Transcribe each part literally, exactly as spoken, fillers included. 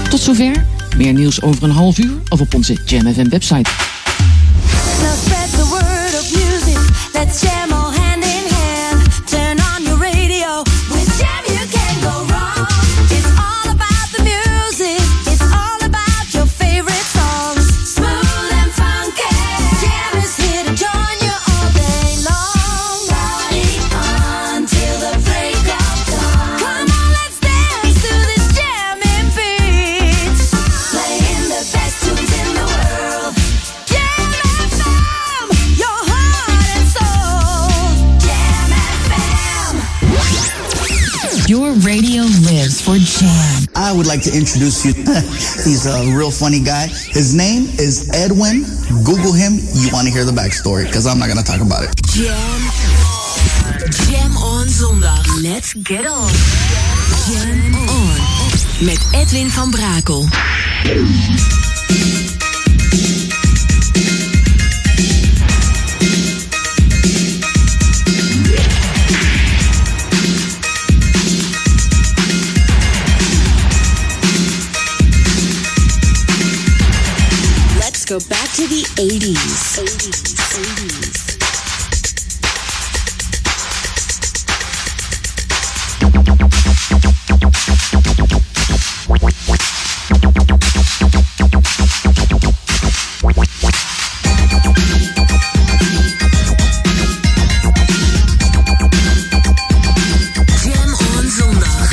Tot zover. Meer nieuws over een half uur of op onze Jam F M website. Now spread the word of music. Let's jam all hand in hand. Turn on your radio. With Jam you can't go wrong. It's all about the music. It's all about your favorite songs. Smooth and funky. Jam is here to join you all day long. Party on till the break of dawn. Come on, let's dance to this jamming beat. Playing the best tunes in the world. Jam F M, your heart and soul. Jam F M. Your radio lives for Jam. I would like to introduce you. He's a real funny guy. His name is Edwin. Google him. You want to hear the backstory because I'm not going to talk about it. Jam. Jam on zondag. Let's get on. Jam on. Met Edwin van Brakel. Let's go back to the eighties. eighties, eighties. Jam on zondag.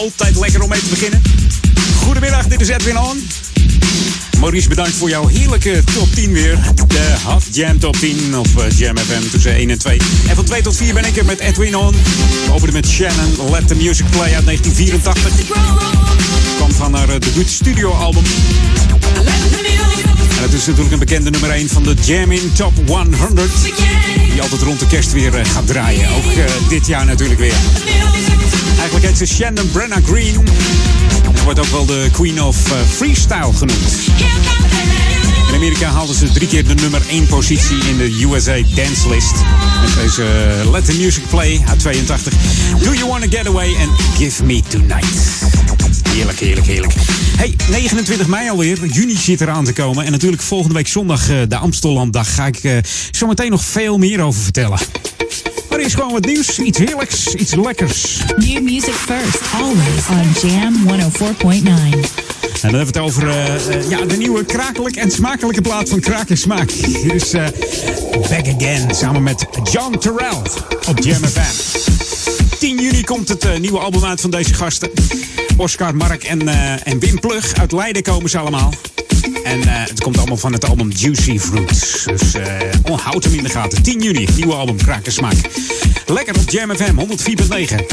Altijd lekker om mee te beginnen. Goedemiddag, dit is Edwin On. Maurice, bedankt voor jouw heerlijke top tien weer. De Hot Jam top tien of uh, Jam F M tussen één en twee. En van twee tot vier ben ik er met Edwin On. We openen met Shannon, Let the Music Play uit negentien vierentachtig. Kwam van haar uh, debuut studioalbum. En het is natuurlijk een bekende nummer één van de Jam in Top honderd. Die altijd rond de kerst weer uh, gaat draaien. Ook uh, dit jaar natuurlijk weer. Eigenlijk heet ze Shannon Brenna Green. En ze wordt ook wel de Queen of uh, Freestyle genoemd. In Amerika haalden ze drie keer de nummer één positie in de U S A Dance List. Met deze uh, Let the Music Play uit tweeëntachtig. Do You Wanna Get Away and Give Me Tonight. Heerlijk, heerlijk, heerlijk. Hey, negenentwintig mei alweer. Juni zit eraan te komen. En natuurlijk volgende week zondag uh, de Amstellanddag. Ga ik uh, zo meteen nog veel meer over vertellen. Maar eerst gewoon wat nieuws. Iets heerlijks, iets lekkers. New music first, always on Jam honderdvier komma negen. En dan hebben we het over uh, uh, ja, de nieuwe krakelijk en smakelijke plaat van Kraak en Smaak. Hier is uh, Back Again samen met John Terrell op Jam F M. tien juni komt het uh, nieuwe album uit van deze gasten. Oscar, Mark en, uh, en Wim Plug uit Leiden komen ze allemaal. En uh, het komt allemaal van het album Juicy Fruit. Dus uh, houd hem in de gaten. tien juni, nieuwe album Kraak en Smaak. Lekker op Jam F M honderdvier komma negen.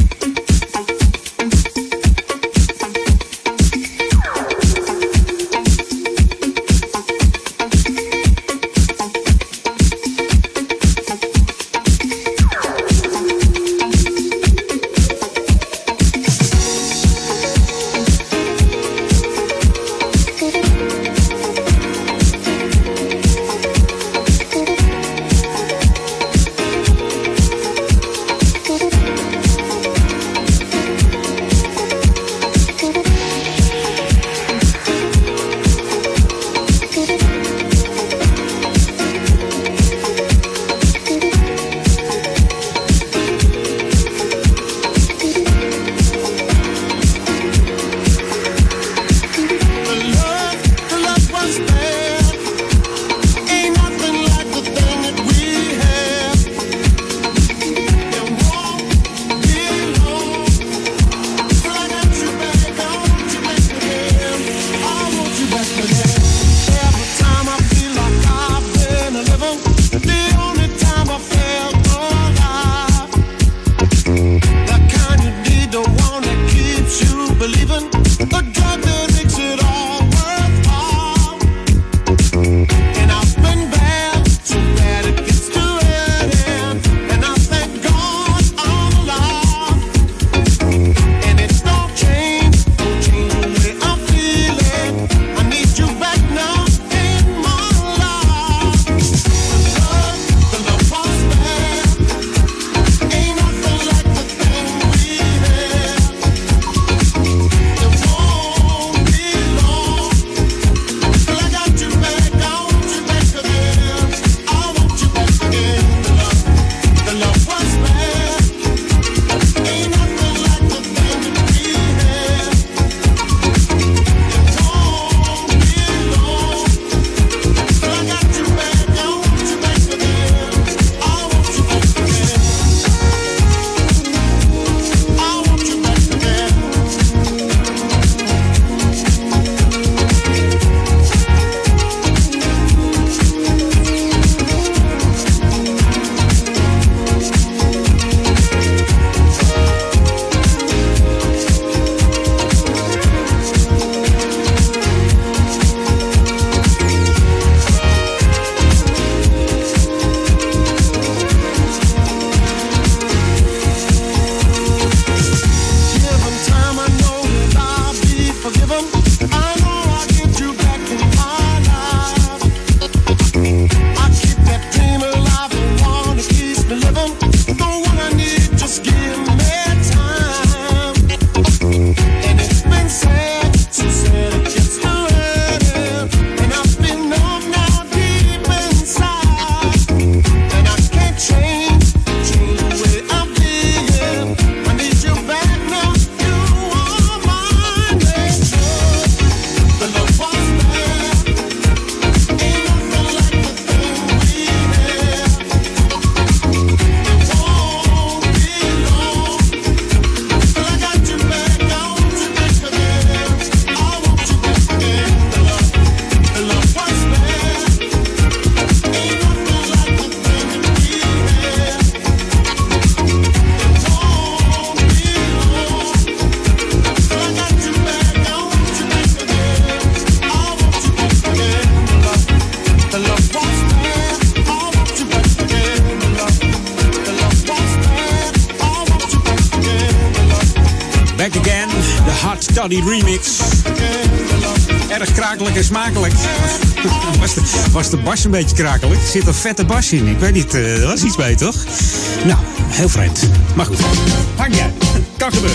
Back Again, de Hot Toddy remix. Erg krakelijk en smakelijk. Was de, was de bas een beetje krakelijk? Er zit een vette bas in. Ik weet niet, uh, er was iets bij, toch? Nou, heel vreemd. Maar goed, maakt niet uit. Kan gebeuren.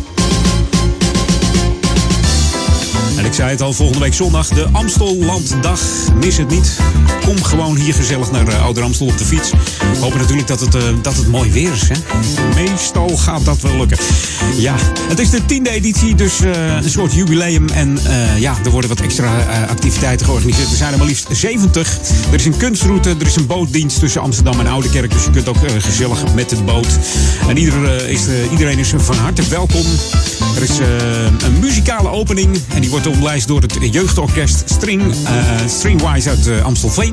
En ik zei het al, volgende week zondag de Amstellanddag. Mis het niet. Kom gewoon hier gezellig naar uh, Ouder Amstel op de fiets. We hopen natuurlijk dat het, uh, dat het mooi weer is. Hè? Meestal gaat dat wel lukken. Ja, het is de tiende editie, dus uh, een soort jubileum. En uh, ja, er worden wat extra uh, activiteiten georganiseerd. Er zijn er maar liefst zeventig. Er is een kunstroute, er is een bootdienst tussen Amsterdam en Ouderkerk. Dus je kunt ook uh, gezellig met de boot. En ieder, uh, is, uh, iedereen is van harte welkom. Er is uh, een muzikale opening. En die wordt omlijst door het jeugdorkest String, uh, Stringwise uit uh, Amstelveen.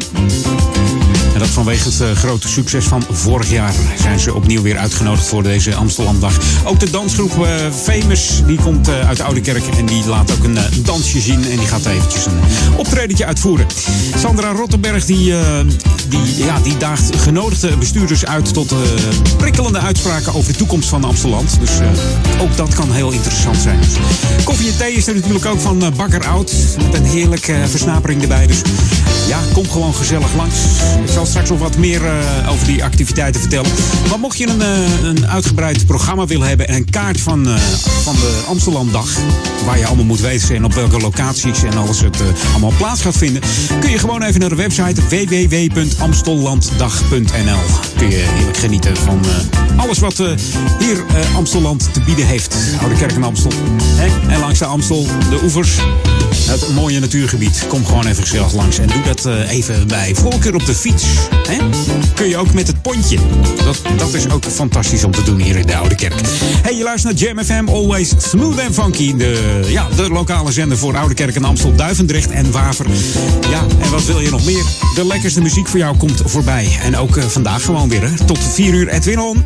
En dat vanwege het uh, grote succes van vorig jaar zijn ze opnieuw weer uitgenodigd voor deze Amstellanddag. Ook de dansgroep uh, Famous, die komt uh, uit Ouderkerk en die laat ook een uh, dansje zien en die gaat eventjes een optredentje uitvoeren. Sandra Rottenberg die, uh, die, ja, die daagt genodigde bestuurders uit tot uh, prikkelende uitspraken over de toekomst van Amstelland. Dus uh, ook dat kan heel interessant zijn. Koffie en thee is er natuurlijk ook van uh, Bakker Oud met een heerlijke uh, versnapering erbij. Dus ja, kom gewoon gezellig langs. Ik zal straks nog wat meer uh, over die activiteiten vertellen. Maar mocht je een, uh, een uitgebreid programma willen hebben en een kaart van, uh, van de Amstellanddag, waar je allemaal moet weten en op welke locaties en alles het uh, allemaal plaats gaat vinden, kun je gewoon even naar de website w w w punt amstellanddag punt n l. Kun je heerlijk genieten van uh, alles wat uh, hier uh, Amstelland te bieden heeft. Ouderkerk en Amstel. Hè? En langs de Amstel, de oevers, het mooie natuurgebied. Kom gewoon even gezellig langs en doe dat uh, even bij voorkeur op de fiets. Hè? Kun je ook met het pontje. Dat, dat is ook fantastisch om te doen hier in de Ouderkerk. Hey, je luistert naar Jam F M, always smooth and funky. De, ja, de lokale zender voor Ouderkerk en Amstel, Duivendrecht en Waver. Ja, en wat wil je nog meer? De lekkerste muziek voor jou komt voorbij. En ook uh, vandaag gewoon weer, hè? Tot vier uur Edwin On.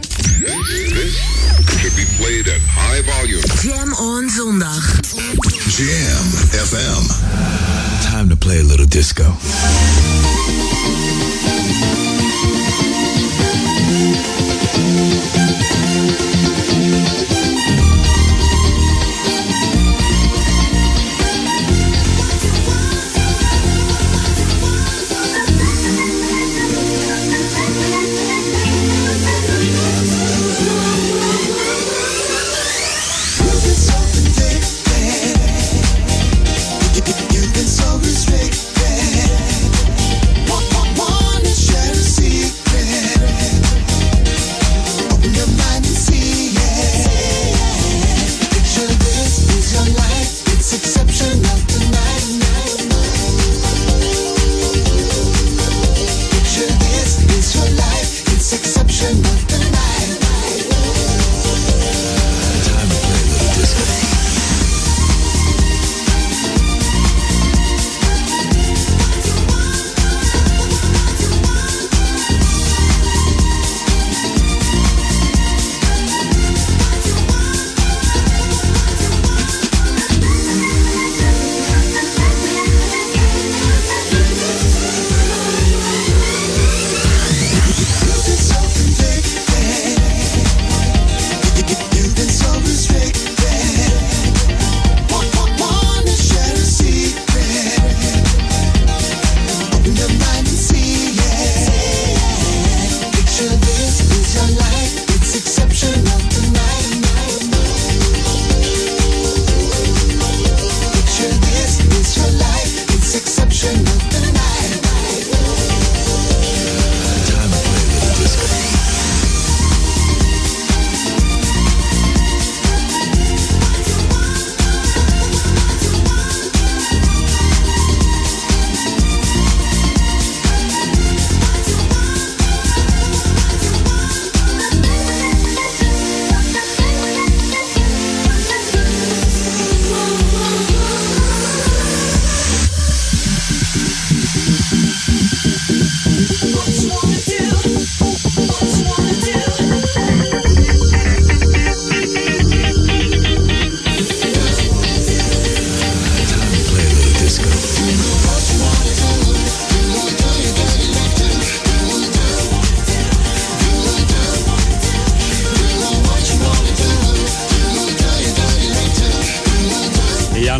Should be played at high volume. Jam on zondag. Jam F M. Time to play a little disco. You've been so restricted. Wanna share a secret.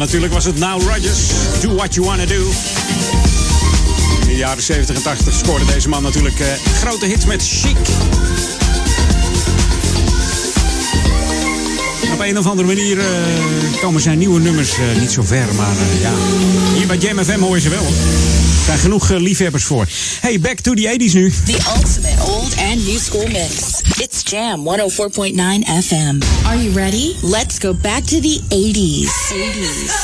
natuurlijk was het Nile Rodgers. Do What You Wanna Do. In de jaren zeventig en tachtig scoorde deze man natuurlijk uh, grote hits met Chic. Op een of andere manier uh, komen zijn nieuwe nummers uh, niet zo ver. Maar uh, ja, hier bij Jam F M hoor je ze wel. Er zijn genoeg uh, liefhebbers voor. Hey, back to the eighties nu. The ultimate old and new school mix. It's Jam honderdvier komma negen F M. Are you ready? Let's go back to the eighties. eighties.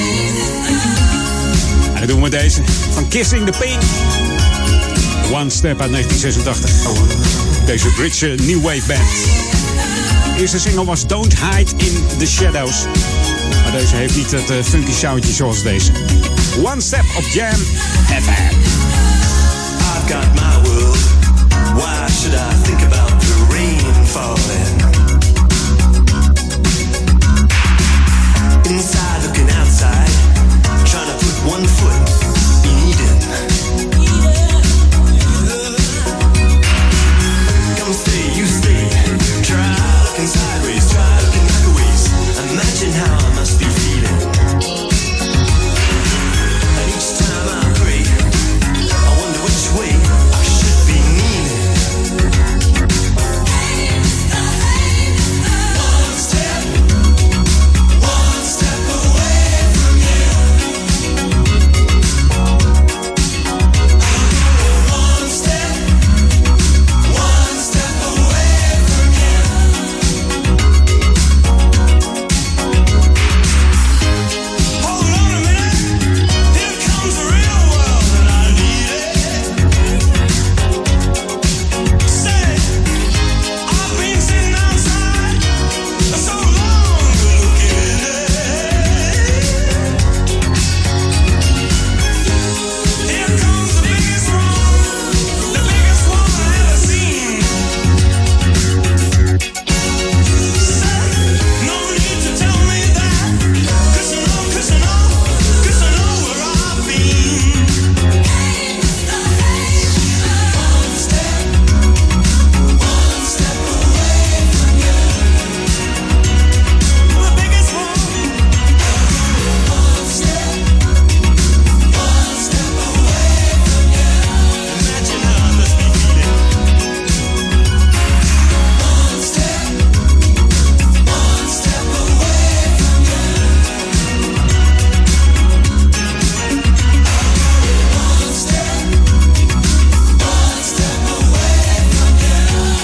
En dat doen we met deze. Van Kissing the Pink. One Step uit negentien zesentachtig. Deze Britse New Wave Band. De eerste single was Don't Hide in the Shadows. Maar deze heeft niet het uh, funky soundje zoals deze. One Step op Jam F M. I've got my world. Why should I think about the rain falling? Inside looking outside. Trying to put one foot in Eden. Come stay, you stay. Try looking sideways, try looking backwards. Imagine how I must be feeling. And each time I pray, I wonder which way I should be kneeling. One step, one step away from you. One step, one step away from you. Hold on a minute, here comes the real world and I need it. Say, I've been sitting outside so long looking in. Here comes the biggest one, the biggest one I ever seen. Say, no need to tell me that, 'cause I know, 'cause I know, 'cause I know where I've been. One step, one step away from you. The biggest one. One step, one step away from you. Imagine how I must be feeling. One step, one step away from you. One step, one step away from you.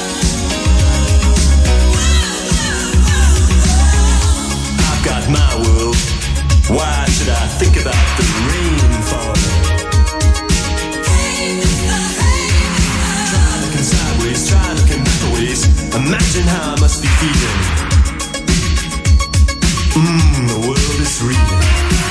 I've got my world. Why should I think about the rain falling? Try looking sideways, try looking backwards. Imagine how I must be feeling. Mmm, the world is reeling.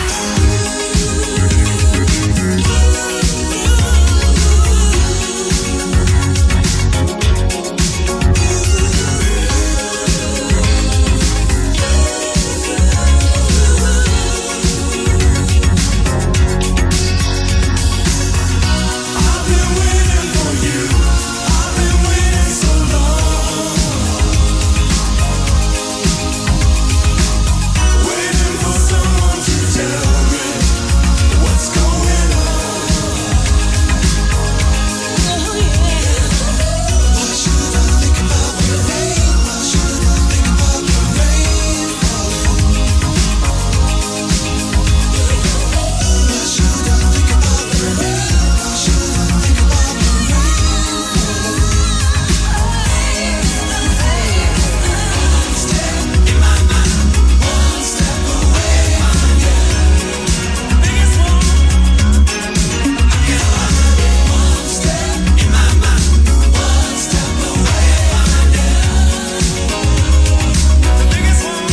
I've been waiting for you. I've been waiting so long. Waiting for someone to tell me what's going on. What should I think about the rain? What should I think about the rain falling? What should I think about the rain? What should I think about the rain One step in my mind, one step away from you. Biggest one. One step in my mind, one step away from you. The biggest one.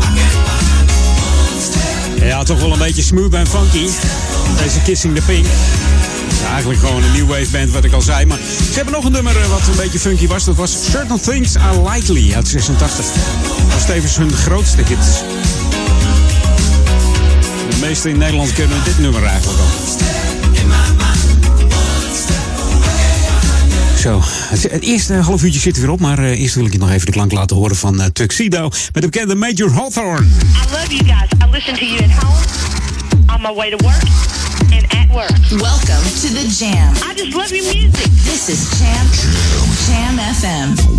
One step. Ja, toch wel een beetje smooth en funky. Deze Kissing the Pink. Ja, eigenlijk gewoon een new wave band, wat ik al zei. Maar ze hebben nog een nummer eh, wat een beetje funky was. Dat was Certain Things Are Likely uit zesentachtig. Dat was tevens hun grootste hit. De meesten in Nederland kennen dit nummer eigenlijk al. Zo, het, het eerste half uurtje zit er weer op, maar uh, eerst wil ik je nog even de klank laten horen van uh, Tuxedo met de bekende Major Hawthorne. I love you guys. I listen to you at home, on my way to work, and at work. Welcome to the Jam. I just love your music. This is Jam, Jam F M.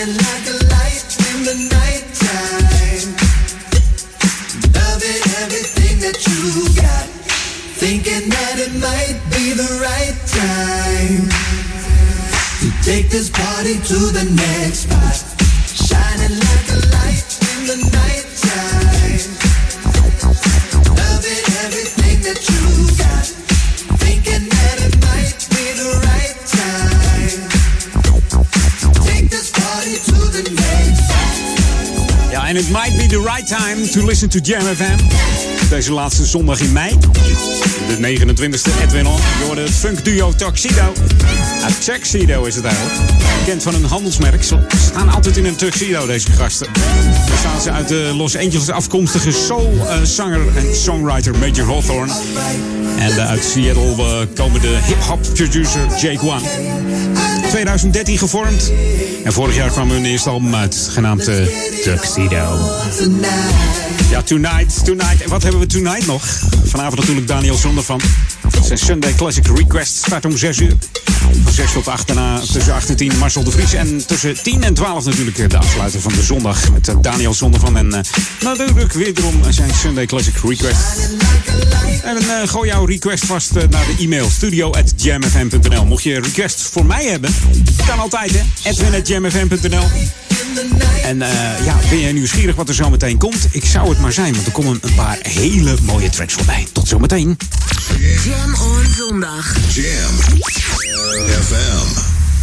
shining like a light in the nighttime. Loving everything that you got, thinking that it might be the right time to take this party to the next spot. Shining like a light in the nighttime. Loving everything that you got, thinking that it might be the right time to take this party to the next spot. Ja, en it might be the right time to listen to Jam F M. Deze laatste zondag in mei. De negenentwintigste, Edwin On. Je hoorde het funk duo Tuxedo. Uit Tuxedo is het eigenlijk. Bekend van een handelsmerk. Ze staan altijd in een tuxedo, deze gasten. Daar staan ze uit de Los Angeles afkomstige soul-zanger en songwriter Major Hawthorne. En uh, uit Seattle uh, komen de hip-hop producer Jake One. twintig dertien gevormd. En vorig jaar kwam hun eerste album uit, genaamd uh, Tuxedo. Ja, Tonight, Tonight. En wat hebben we Tonight nog? Vanavond natuurlijk Daniel Zondervan. Zijn Sunday Classic Request start om zes uur. Van zes tot acht, daarna tussen acht en tien Marcel de Vries. En tussen tien en twaalf natuurlijk de afsluiter van de zondag met uh, Daniel Zondervan. En uh, natuurlijk wederom zijn Sunday Classic Request. En uh, gooi jouw request vast uh, naar de e-mail studio at jam f m punt n l. Mocht je request voor mij hebben, kan altijd hè. edwin at jam f m punt n l. En uh, ja, ben je nieuwsgierig wat er zo meteen komt? Ik zou het maar zijn, want er komen een paar hele mooie tracks voorbij. Tot zometeen. Jam on zondag. Jam F M.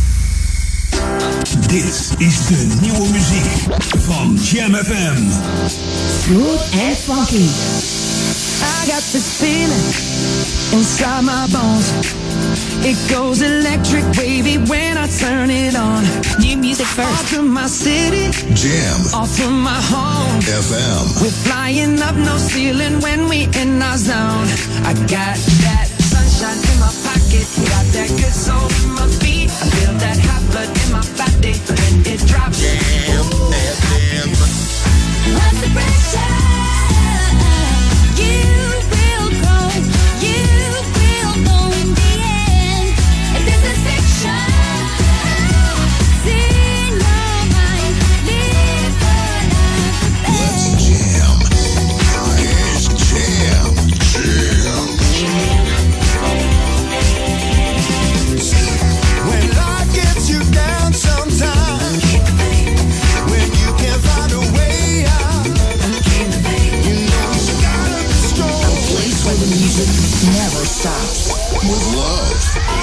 Dit is de nieuwe muziek van Jam F M. Smooth and funky. I got this feeling inside my bones. It goes electric wavy when I turn it on. New music first. Off from my city, Jam off from my home. F M. We're flying up no ceiling when we in our zone. I got that sunshine in my pocket, got that good soul in my feet. I feel that hot blood in my body when it drops. Jam F M. What's the pressure? You will go, you will know in the end. If this is fiction, in your mind, live for life. Let's jam. Let's jam. Jam. When life gets you down sometimes, when you can't find a way out, you know you gotta be strong. A place where the music never stops. With love.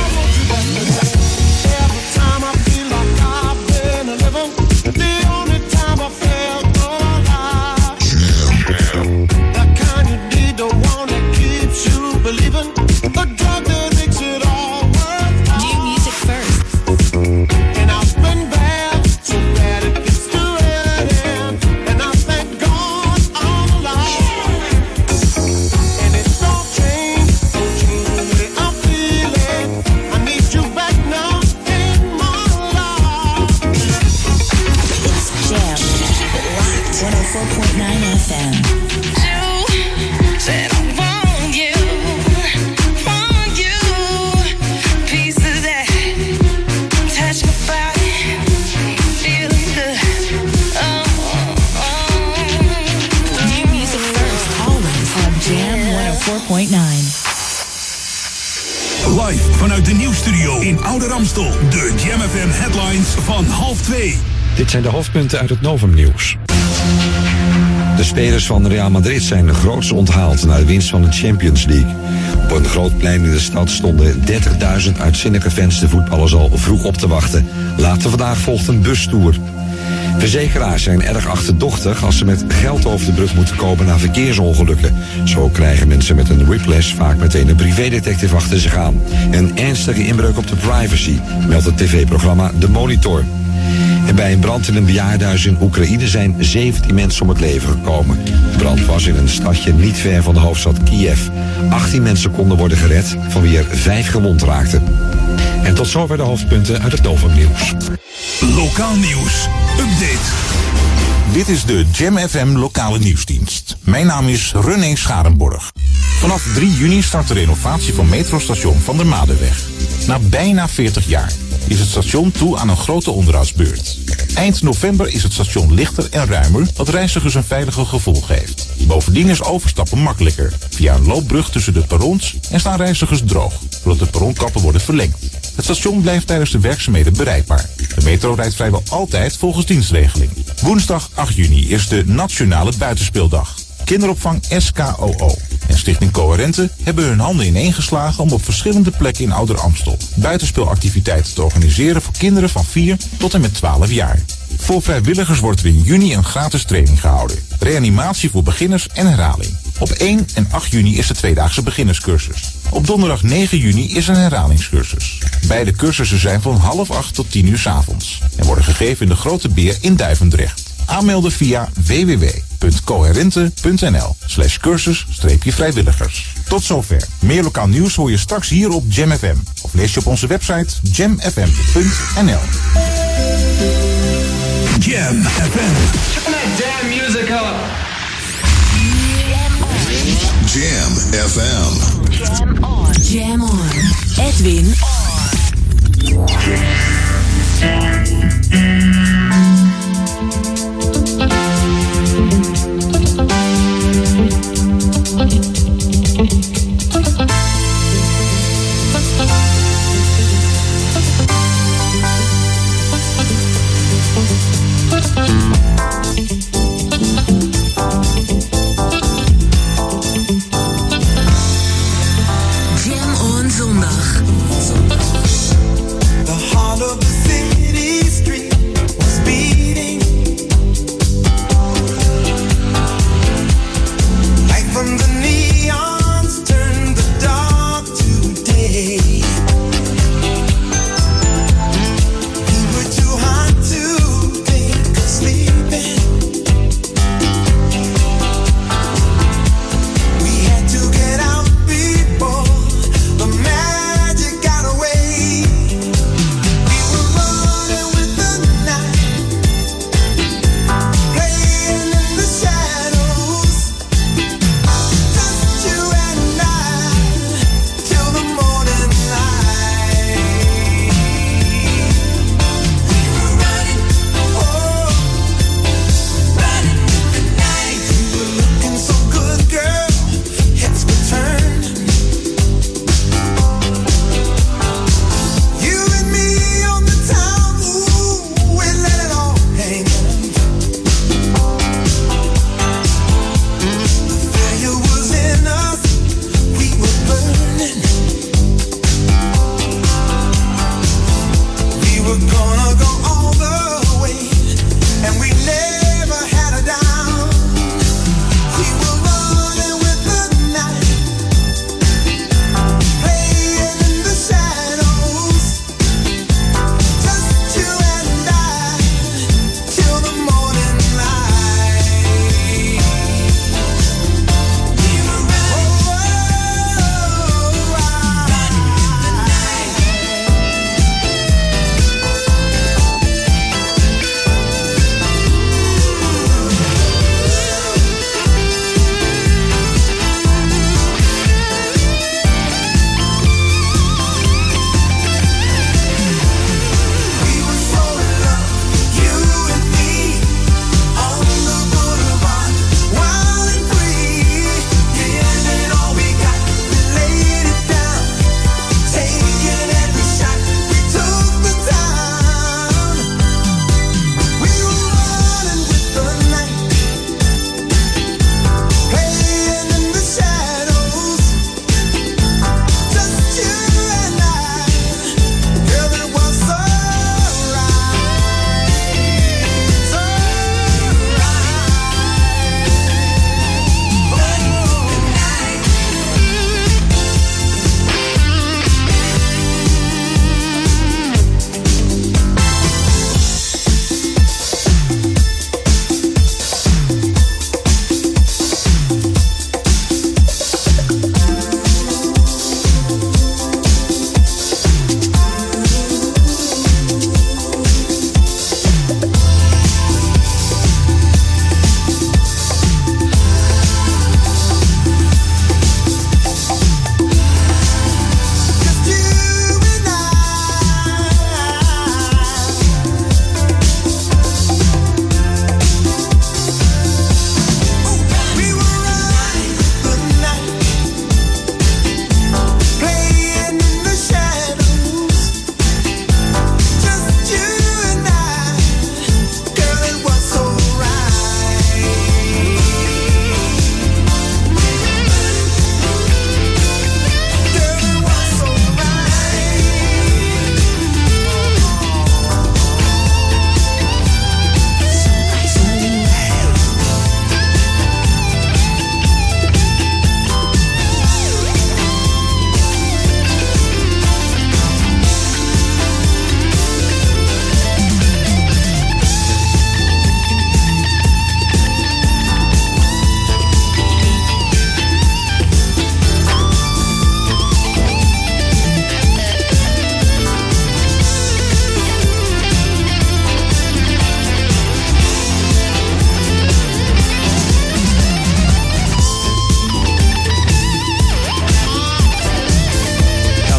Every time I feel like I've been living, the only time I felt alive. The kind you need, the one that keeps you believing, the drug that makes it all worthwhile. New music first. And I've been bad, so bad it gets to red end. And I thank God I'm alive. And it don't change, don't change the way I'm feeling. I need you back now in my life. It's Jam. one oh four point nine F M. Said I want you, want you. Piece of that, touch my body, feeling good. Oh, oh. New music first, always on Jam one oh four point nine. Live vanuit de nieuwsstudio in Oude Ramstel. De Jam F M headlines van half twee. Dit zijn de hoofdpunten uit het Novum-nieuws. De spelers van Real Madrid zijn groots onthaald na de winst van de Champions League. Op een groot plein in de stad stonden dertigduizend uitzinnige fans de voetballers al vroeg op te wachten. Later vandaag volgt een bustoer. Verzekeraars zijn erg achterdochtig als ze met geld over de brug moeten komen na verkeersongelukken. Zo krijgen mensen met een whiplash vaak meteen een privédetective achter zich aan. Een ernstige inbreuk op de privacy, meldt het tv-programma De Monitor. En bij een brand in een bejaardenhuis in Oekraïne zijn zeventien mensen om het leven gekomen. De brand was in een stadje niet ver van de hoofdstad Kiev. achttien mensen konden worden gered, van wie er vijf gewond raakten. En tot zover de hoofdpunten uit het Novum-nieuws. Lokaal nieuws. Update. Dit is de Jam F M lokale nieuwsdienst. Mijn naam is René Scharenborg. Vanaf drie juni start de renovatie van metrostation Van der Madeweg. Na bijna veertig jaar is het station toe aan een grote onderhoudsbeurt. Eind november is het station lichter en ruimer, wat reizigers een veiliger gevoel geeft. Bovendien is overstappen makkelijker. Via een loopbrug tussen de perrons en staan reizigers droog, zodat de perronkappen worden verlengd. Het station blijft tijdens de werkzaamheden bereikbaar. De metro rijdt vrijwel altijd volgens dienstregeling. Woensdag acht juni is de Nationale Buitenspeeldag. Kinderopvang S K O O en Stichting Coherente hebben hun handen ineengeslagen om op verschillende plekken in Ouder Amstel buitenspeelactiviteiten te organiseren voor kinderen van vier tot en met twaalf jaar. Voor vrijwilligers wordt er in juni een gratis training gehouden. Reanimatie voor beginners en herhaling. Op één en acht juni is de tweedaagse beginnerscursus. Op donderdag negen juni is een herhalingscursus. Beide cursussen zijn van half acht tot tien uur 's avonds en worden gegeven in de Grote Beer in Duivendrecht. Aanmelden via w w w punt coherente punt n l slash cursus vrijwilligers. Tot zover. Meer lokaal nieuws hoor je straks hier op Jam F M. Of lees je op onze website jam f m punt n l. Jam F M. Turn that damn music up. Jam F M. Jam on. Jam on. Edwin on. The heart of the city street was beat.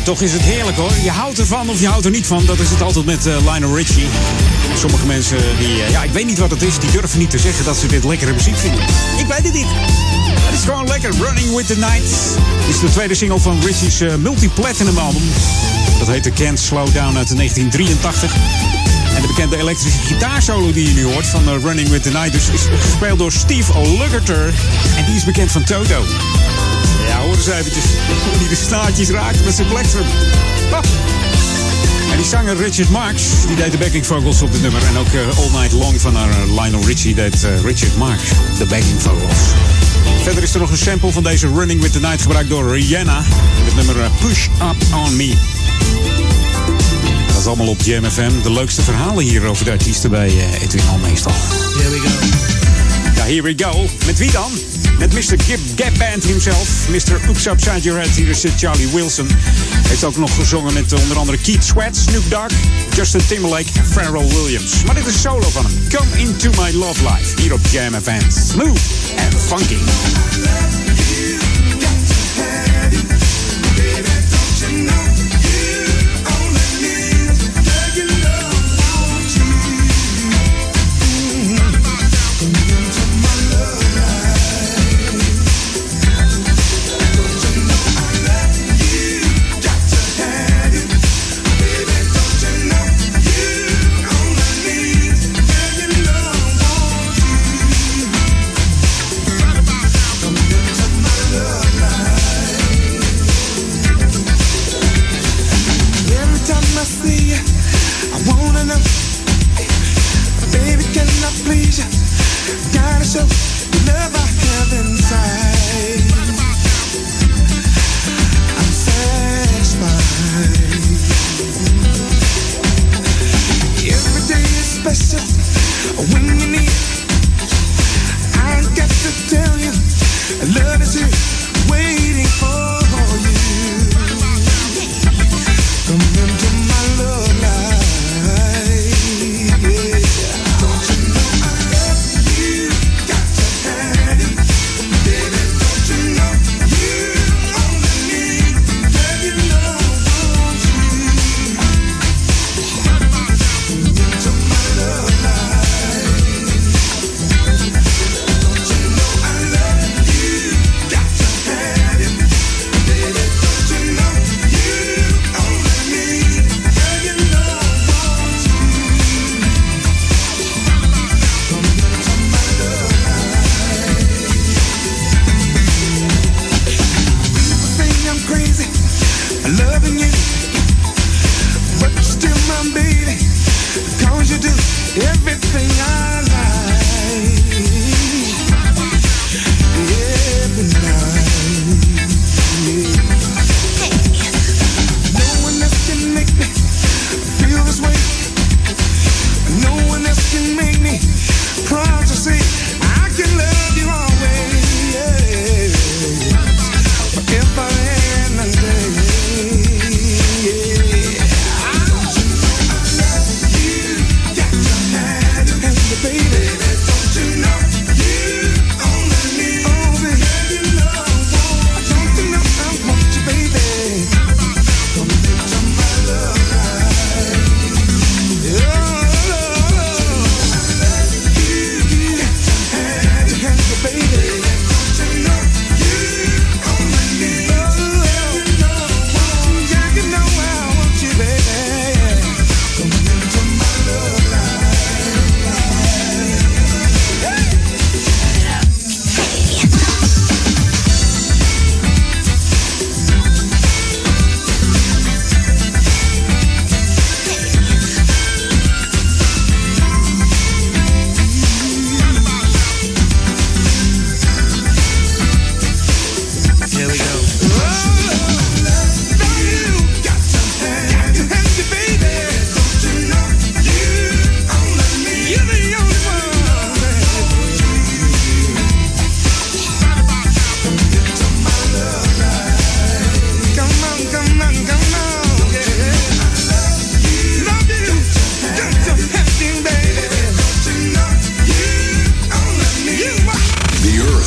toch is het heerlijk hoor. Je houdt ervan of je houdt er niet van. Dat is het altijd met uh, Lionel Richie. Sommige mensen die, uh, ja, ik weet niet wat het is. Die durven niet te zeggen dat ze dit lekkere muziek vinden. Ik weet het niet. Het is gewoon lekker. Running with the Night. Dit is de tweede single van Richie's uh, multi-platinum album. Dat heet The Can't Slow Down uit negentien drieëntachtig. En de bekende elektrische gitaarsolo die je nu hoort van uh, Running with the Night dus is gespeeld door Steve Lukather. En die is bekend van Toto. Ja, hoor eens eventjes hoe die de snaartjes raakt met zijn plektrum. Ah. En die zanger Richard Marx, die deed de backing vocals op dit nummer. En ook uh, All Night Long van haar uh, Lionel Richie deed uh, Richard Marx de backing vocals. Verder is er nog een sample van deze Running with the Night gebruikt door Rihanna. Het nummer uh, Push Up On Me. Dat is allemaal op Jam F M. De leukste verhalen hier over de artiesten bij uh, Edwin al meestal. Here we go. Ja, here we go. Met wie dan? Met mister Gip Gap Band himself. mister Oops Upside Your Head. Hier zit Charlie Wilson. Heeft ook nog gezongen met uh, onder andere Keith Sweat, Snoop Dogg, Justin Timberlake en Pharrell Williams. Maar dit is een solo van hem. Come Into My Love Life. Hier op Jam F M. Smooth and funky.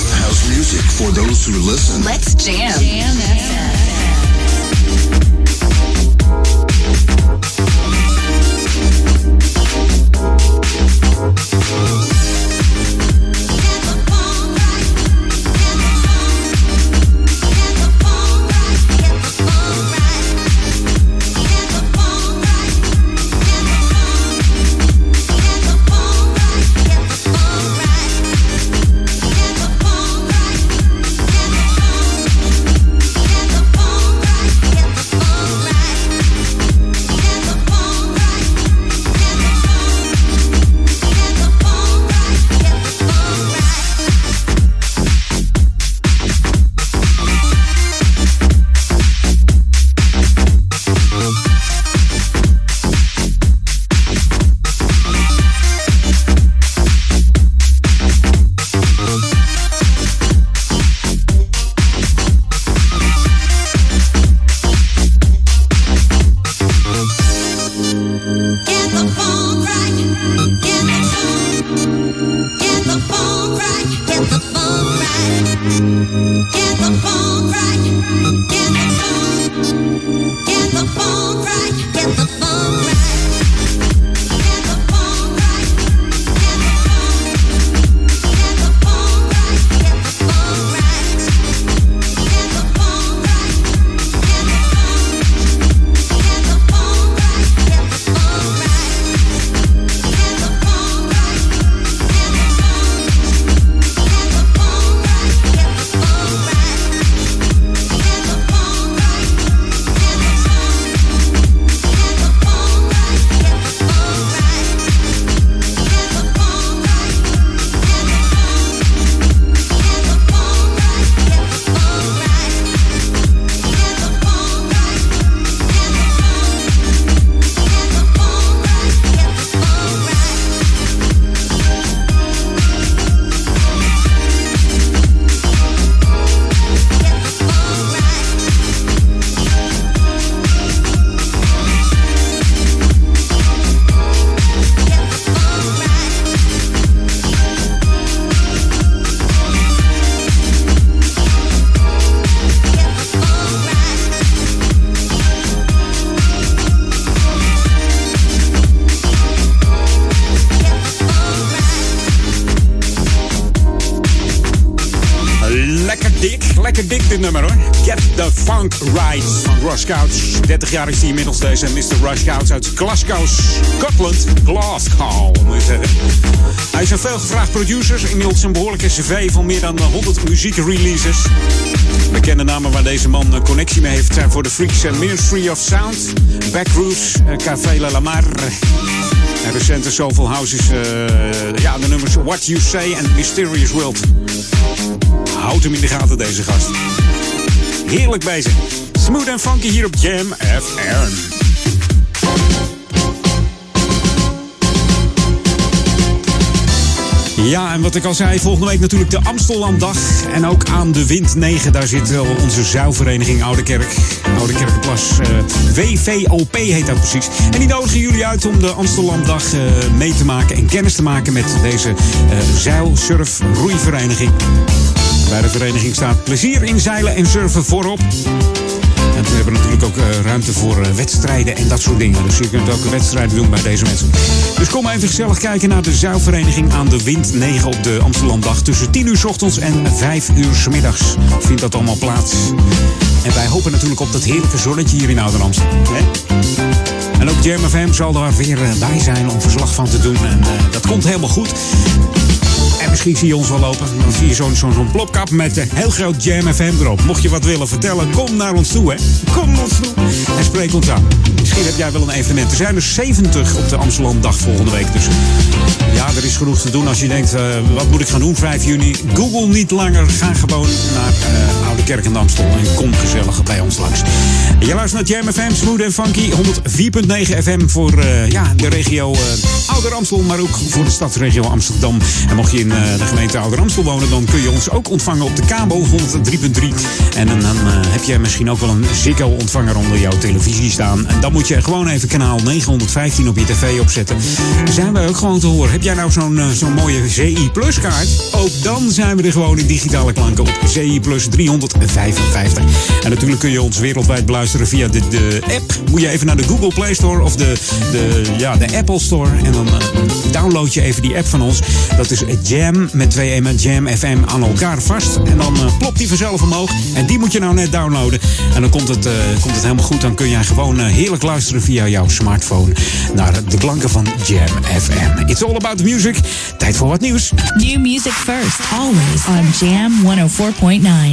for those who listen. Let's jam. Jam F M. lekker dik, lekker dik dit nummer hoor. Get the Funk Right van Rush Couch. dertig jaar is hij inmiddels deze mister Rush Couch uit Glasgow, Scotland. Glasgow, moet je zeggen. Hij is een veelgevraagd producer. Inmiddels een behoorlijke cv van meer dan honderd muziekreleases. Bekende namen waar deze man connectie mee heeft zijn voor de Freaks and Ministry of Sound, Backroots, Café La Lamar. En recente Soulful House is uh, ja, de nummers What You Say en Mysterious World. Houd hem in de gaten, deze gast. Heerlijk bezig. Smooth en funky hier op Jam F M. Ja, en wat ik al zei, volgende week natuurlijk de Amstellanddag. En ook aan de Wind negen, daar zit onze zuilvereniging Oude Kerk. Oude Kerkenplas, uh, W V O P heet dat precies. En die nodigen jullie uit om de Amstellanddag uh, mee te maken en kennis te maken met deze uh, zeil, surf, roeivereniging. Bij de vereniging staat plezier in zeilen en surfen voorop. En we hebben natuurlijk ook uh, ruimte voor uh, wedstrijden en dat soort dingen. Dus je kunt ook wedstrijden doen bij deze mensen. Dus kom even gezellig kijken naar de zuilvereniging aan de Wind negen op de Amsterdamdag. Tussen tien uur 's ochtends en vijf uur 's middags vindt dat allemaal plaats. En wij hopen natuurlijk op dat heerlijke zonnetje hier in Ouder-Amsterdam. En ook Jam F M zal daar weer uh, bij zijn om verslag van te doen. En uh, dat komt helemaal goed. En misschien zie je ons wel lopen. Dan zie je zo'n zo'n zo'n plopkap met een heel groot Jam F M erop. Mocht je wat willen vertellen, kom naar ons toe, hè. Kom naar ons toe en spreek ons aan. Misschien heb jij wel een evenement. Er zijn er zeventig op de Amsterdamdag volgende week. Dus ja, er is genoeg te doen als je denkt, uh, wat moet ik gaan doen vijf juni? Google niet langer. Ga gewoon naar uh, Oude Kerk en Amstel en kom gezellig bij ons langs. Je luistert naar Jam F M, Smooth en Funky. honderd vier komma negen F M voor uh, ja, de regio uh, Ouder Amstel, maar ook voor de stadsregio Amsterdam. En mocht je in uh, de gemeente Ouder Amstel wonen, dan kun je ons ook ontvangen op de kabel honderd drie komma drie. En dan, dan uh, heb je misschien ook wel een Ziggo-ontvanger onder jouw televisie staan. En dan moet je gewoon even kanaal negenhonderdvijftien op je tv opzetten. Dan zijn wij ook gewoon te horen. Heb jij nou zo'n uh, zo'n mooie Z I Plus kaart? Ook dan zijn we er gewoon in digitale klanken op Z I Plus driehonderdvijfenvijftig. En natuurlijk kun je ons wereldwijd beluisteren via de, de app. Moet je even naar de Google Play Store of de, de, ja, de Apple Store. En dan uh, download je even die app van ons. Dat is Jam met twee E met Jam F M aan elkaar vast. En dan uh, plopt die vanzelf omhoog. En die moet je nou net downloaden. En dan komt het, uh, komt het helemaal goed. Dan kun jij gewoon uh, heerlijk luisteren via jouw smartphone naar de klanken van Jam F M. It's all about the music. Tijd voor wat nieuws. New music first, always on Jam honderdvier komma negen.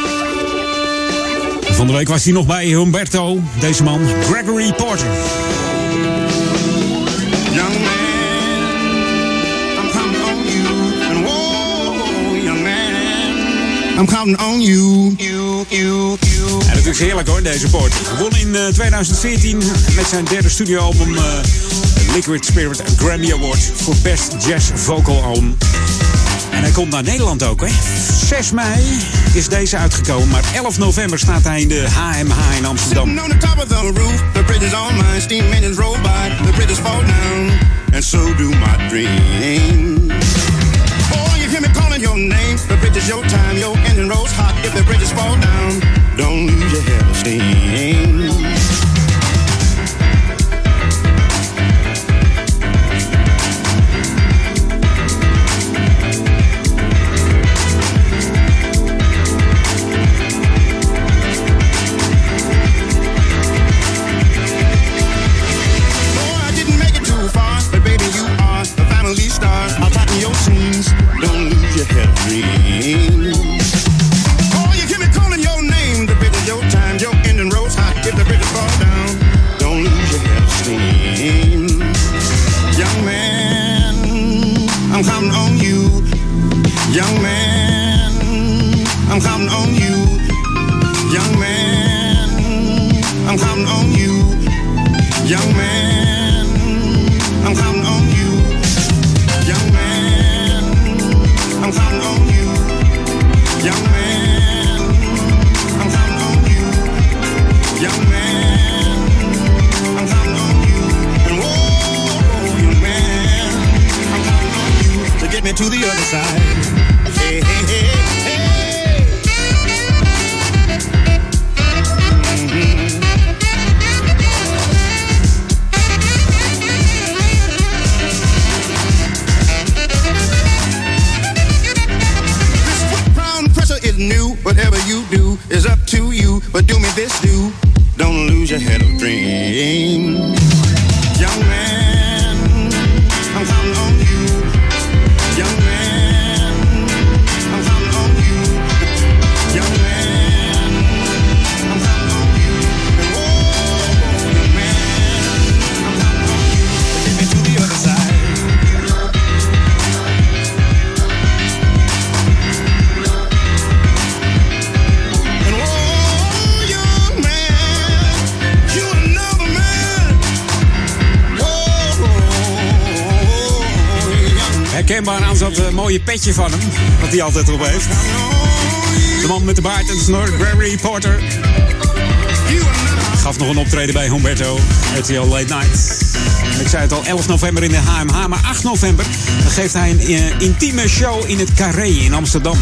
Van de week was hij nog bij Humberto, deze man, Gregory Porter. Young man, I'm counting on you. And whoa, young man, I'm counting on you. You, you, you. En het is heerlijk hoor, deze Porter. Won in uh, twintig veertien met zijn derde studioalbum uh, Liquid Spirit een Grammy Award voor Best Jazz Vocal Album. En hij komt naar Nederland ook, hè. zes mei is deze uitgekomen, maar elf november staat hij in de H M H in Amsterdam. Sitting on the top of the roof, the bridge is all mine. Steam engines roll by, the bridges fall down, and so do my dreams. Oh, you hear me calling your name. The bridge is your time, your engine rolls hot. If the bridges fall down, don't lose your head of steam. Oh, you hear me calling your name. The bridge is your time, your engine rolls hot. If the bridges fall down, don't lose your head of steam. Young man, I'm counting on you. Young man, I'm counting on you. Young man, I'm counting on you. Young man, I'm counting on you. Young man, I'm counting on you. Young man, I'm counting on you. Young man, I'm counting on you. And whoa, young man, I'm counting on you to get me to the other side. Hey, hey, hey, hey. Mm-hmm. do is up to you. But do me this, do. Don't lose your head of dream. Young man, I'm counting on you. Young man, I'm counting on you. Young man, I'm counting on you. Oh, young man, I'm counting on you. Take me to the other side. And oh, young man, you another man. Oh, young. Herkenbaar aan dat uh, mooie petje van hem, wat hij altijd op heeft. De man met de baard en de snor, Gregory Porter. Gaf nog een optreden bij Humberto, R T L Late Night. En ik zei het al, elf november in de H M H, maar acht november dan geeft hij een uh, intieme show in het Carré in Amsterdam.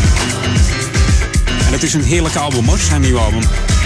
En het is een heerlijke album hoor, zijn nieuwe album.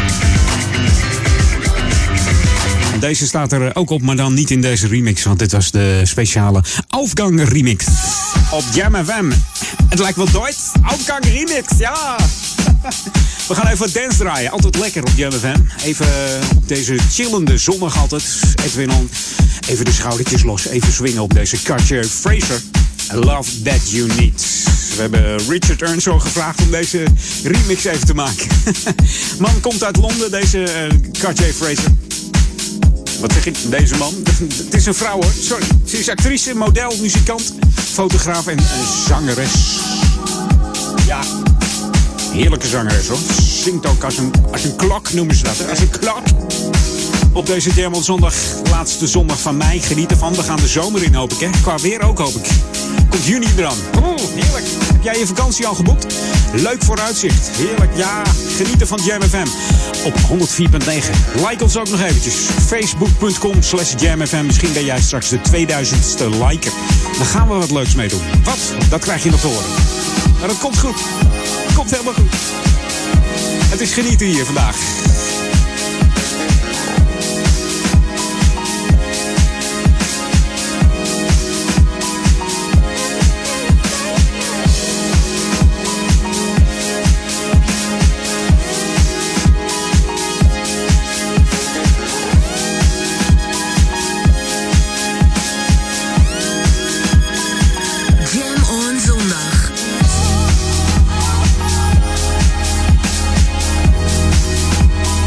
En deze staat er ook op, maar dan niet in deze remix, want dit was de speciale Aufgang remix op Jam F M. Het lijkt wel Duits. Aufgang remix, ja. We gaan even wat dance draaien. Altijd lekker op Jam F M. Even op deze chillende zondag altijd. Edwin on. Even de schoudertjes los. Even swingen op deze Cartier Fraser. Love That You Need. We hebben Richard Earnshaw gevraagd om deze remix even te maken. Man komt uit Londen, deze uh, Cartier Fraser. Wat zeg ik? Deze man. Het is een vrouw hoor. Sorry. Ze is actrice, model, muzikant, fotograaf en uh, zangeres. Ja. Heerlijke zangeres hoor. Zingt ook als een, als een klok, noemen ze dat. Hè? Als een klok. Op deze Jam on Zondag, laatste zondag van mei. Geniet ervan. We gaan de zomer in, hoop ik. Hè? Qua weer ook, hoop ik. Komt juni eraan. Oh, heerlijk. Heb jij je vakantie al geboekt? Leuk vooruitzicht. Heerlijk. Ja, genieten van Jam F M. Op honderd vier punt negen. Like ons ook nog eventjes. Facebook punt com slash Jam F M. Misschien ben jij straks de tweeduizendste liker. Dan gaan we wat leuks mee doen. Wat? Dat krijg je nog te horen. Maar dat komt goed. Komt helemaal goed. Het is genieten hier vandaag. Jam on zondag.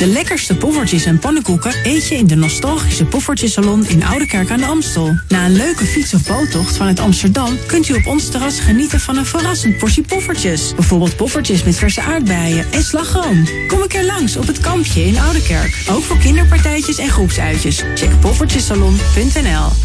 De lekkerste poffertjes en pannenkoeken eet je in de nostalgische Poffertjesalon in Oudekerk aan de Amstel. Na een leuke fiets- of boottocht vanuit Amsterdam kunt u op ons terras genieten van een verrassend portie poffertjes. Bijvoorbeeld poffertjes met verse aardbeien en slagroom. Kom een keer langs op het kampje in Oudekerk. Ook voor kinderpartijtjes en groepsuitjes. Check poffertjesalon punt n l.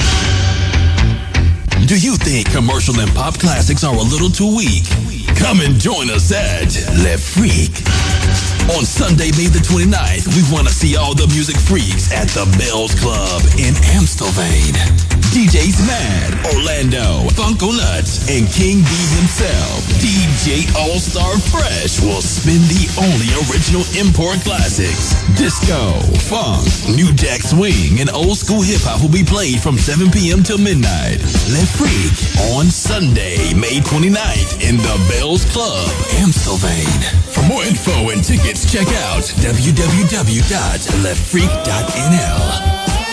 Do you think commercial and pop classics are a little too weak? Come and join us at Le Freak. On Sunday, May the twenty-ninth, we want to see all the music freaks at the Bells Club in Amstelveen. D Js Mad, Orlando, Funko Nuts, and King B himself, D J All-Star Fresh, will spin the only original import classics. Disco, funk, new jack swing, and old school hip-hop will be played from seven p.m. till midnight. Le Freak on Sunday, May twenty-ninth in the Bells Club, Amstelveen. For more info and tickets, check out w w w dot le freak dot n l.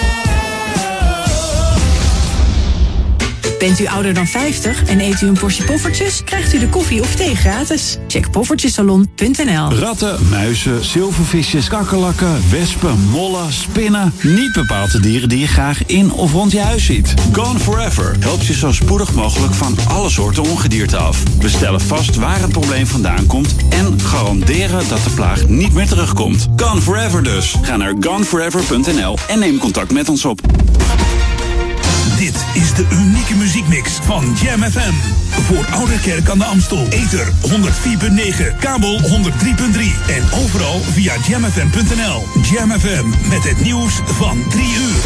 Bent u ouder dan vijftig en eet u een portie poffertjes? Krijgt u de koffie of thee gratis? Check poffertjesalon punt n l. Ratten, muizen, zilvervisjes, kakkerlakken, wespen, mollen, spinnen. Niet bepaalde dieren die je graag in of rond je huis ziet. Gone Forever helpt je zo spoedig mogelijk van alle soorten ongedierte af. We stellen vast waar het probleem vandaan komt en garanderen dat de plaag niet meer terugkomt. Gone Forever dus. Ga naar gone forever punt n l en neem contact met ons op. Dit is de unieke muziekmix van Jam F M. Voor Ouderkerk aan de Amstel. Ether honderd vier punt negen, kabel honderd drie punt drie. En overal via jam f m punt n l. Jam F M met het nieuws van drie uur.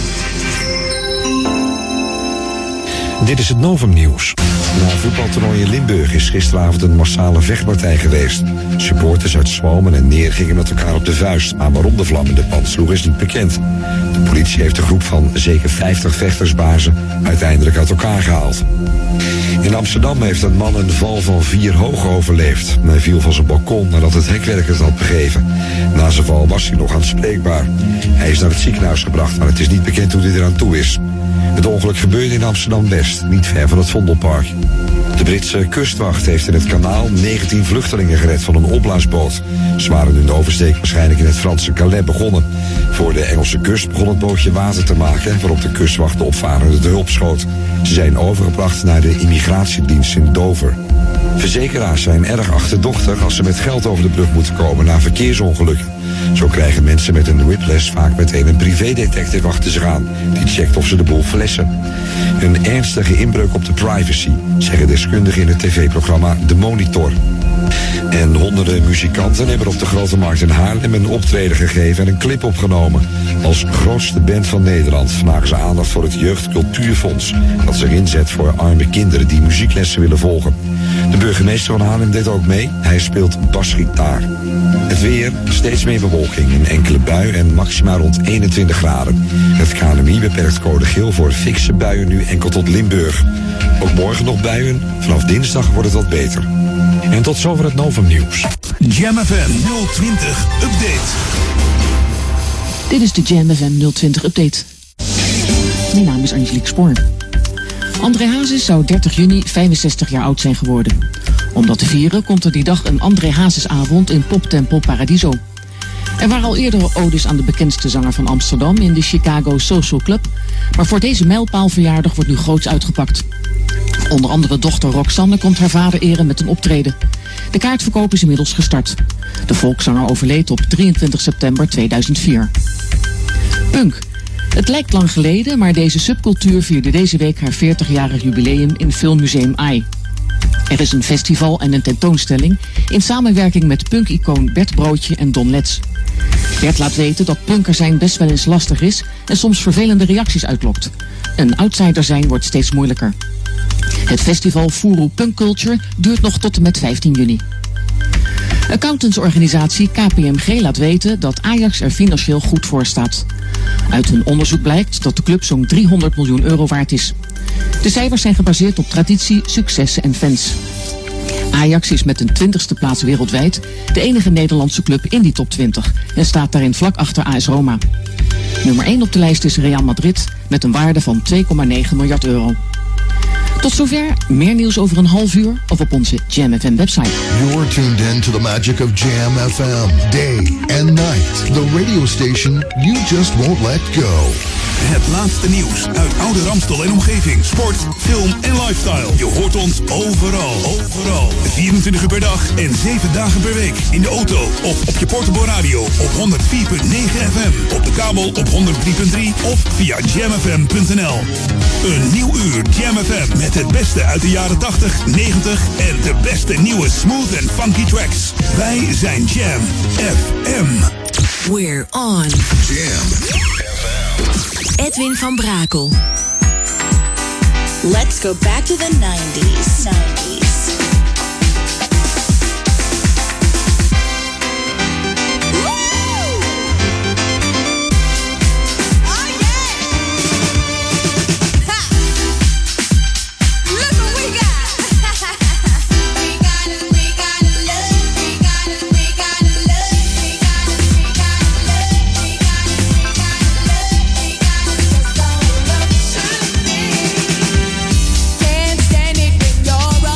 Dit is het Novum Nieuws. Na een voetbaltoernooi in Limburg is gisteravond een massale vechtpartij geweest. Supporters uit Zwalmen en Neer gingen met elkaar op de vuist, maar waarom de vlam in de pan sloeg is niet bekend. De politie heeft een groep van zeker vijftig vechtersbazen uiteindelijk uit elkaar gehaald. In Amsterdam heeft een man een val van vier hoog overleefd. Hij viel van zijn balkon nadat het hekwerk het had begeven. Na zijn val was hij nog aanspreekbaar. Hij is naar het ziekenhuis gebracht, maar het is niet bekend hoe hij eraan toe is. Het ongeluk gebeurde in Amsterdam-West, niet ver van het Vondelpark. De Britse kustwacht heeft in het kanaal negentien vluchtelingen gered van een opblaasboot. Ze waren hun oversteek waarschijnlijk in het Franse Calais begonnen. Voor de Engelse kust begon het bootje water te maken, waarop de kustwacht de opvarenden de hulp schoot. Ze zijn overgebracht naar de immigratiedienst in Dover. Verzekeraars zijn erg achterdochtig als ze met geld over de brug moeten komen na verkeersongelukken. Zo krijgen mensen met een whiplash vaak meteen een privédetective achter zich aan. Die checkt of ze de boel flessen. Een ernstige inbreuk op de privacy, zeggen deskundigen in het tv-programma De Monitor. En honderden muzikanten hebben op de Grote Markt in Haarlem een optreden gegeven en een clip opgenomen. Als grootste band van Nederland vragen ze aandacht voor het Jeugdcultuurfonds, dat zich inzet voor arme kinderen die muzieklessen willen volgen. De burgemeester van Haarlem deed ook mee. Hij speelt basgitaar. Het weer, steeds meer bewolking, een enkele bui en maxima rond eenentwintig graden. Het K N M I beperkt code geel voor fikse buien nu enkel tot Limburg. Ook morgen nog buien, vanaf dinsdag wordt het wat beter. En tot zover het Novum Nieuws. Jam F M nul twintig Update. Dit is de Jam F M nul twintig Update. Mijn naam is Angelique Spoor. André Hazes zou dertig juni vijfenzestig jaar oud zijn geworden. Om dat te vieren komt er die dag een André Hazesavond in Poptempel Paradiso. Er waren al eerder odes aan de bekendste zanger van Amsterdam in de Chicago Social Club, maar voor deze mijlpaalverjaardag wordt nu groots uitgepakt. Onder andere dochter Roxanne komt haar vader eren met een optreden. De kaartverkoop is inmiddels gestart. De volkszanger overleed op drieëntwintig september tweeduizend vier. Punk. Het lijkt lang geleden, maar deze subcultuur vierde deze week haar veertigjarig jubileum in Filmmuseum AI. Er is een festival en een tentoonstelling in samenwerking met punk-icoon Bert Broodje en Don Letts. Bert laat weten dat punker zijn best wel eens lastig is en soms vervelende reacties uitlokt. Een outsider zijn wordt steeds moeilijker. Het festival Furu Punk Culture duurt nog tot en met vijftien juni. Accountantsorganisatie K P M G laat weten dat Ajax er financieel goed voor staat. Uit hun onderzoek blijkt dat de club zo'n driehonderd miljoen euro waard is. De cijfers zijn gebaseerd op traditie, successen en fans. Ajax is met een twintigste plaats wereldwijd de enige Nederlandse club in die top twintig en staat daarin vlak achter A S Roma. Nummer één op de lijst is Real Madrid met een waarde van twee komma negen miljard euro. Tot Tot zover. Meer nieuws over een half uur of op onze Jam F M website. You're tuned in to the magic of Jam F M. Day and night. The radio station you just won't let go. Het laatste nieuws uit oude Ramstel en omgeving. Sport, film en lifestyle. Je hoort ons overal. Overal. vierentwintig uur per dag en zeven dagen per week. In de auto of op je portable radio op honderd vier komma negen F M. Op de kabel op honderd drie komma drie of via jam f m punt n l. Een nieuw uur Jam F M met het beste uit de jaren tachtig, negentig en de beste nieuwe smooth en funky tracks. Wij zijn Jam F M. We're on. Jam Edwin van Brakel. Let's go back to the nineties. nineties. Can't stand it when you're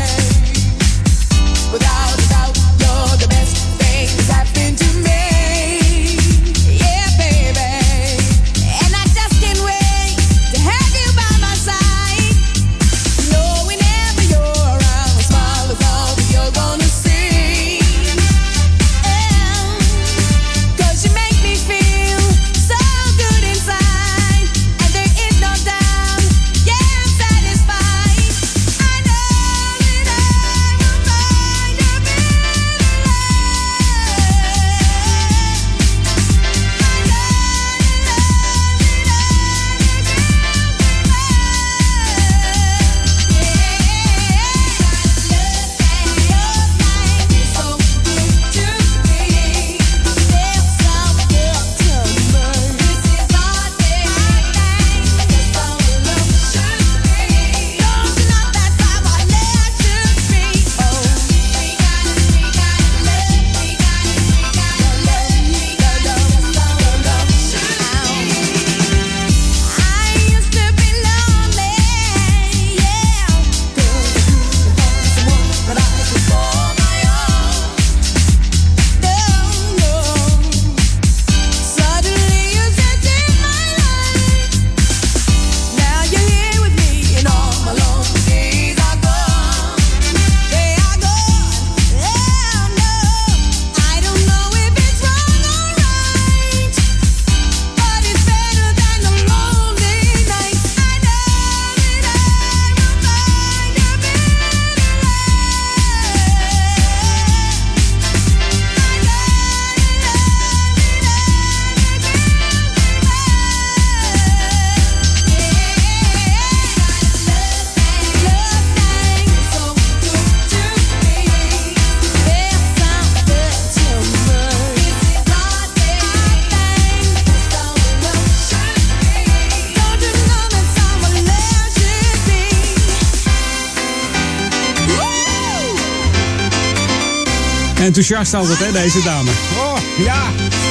Enthousiast altijd, hè, deze dame. Oh, ja.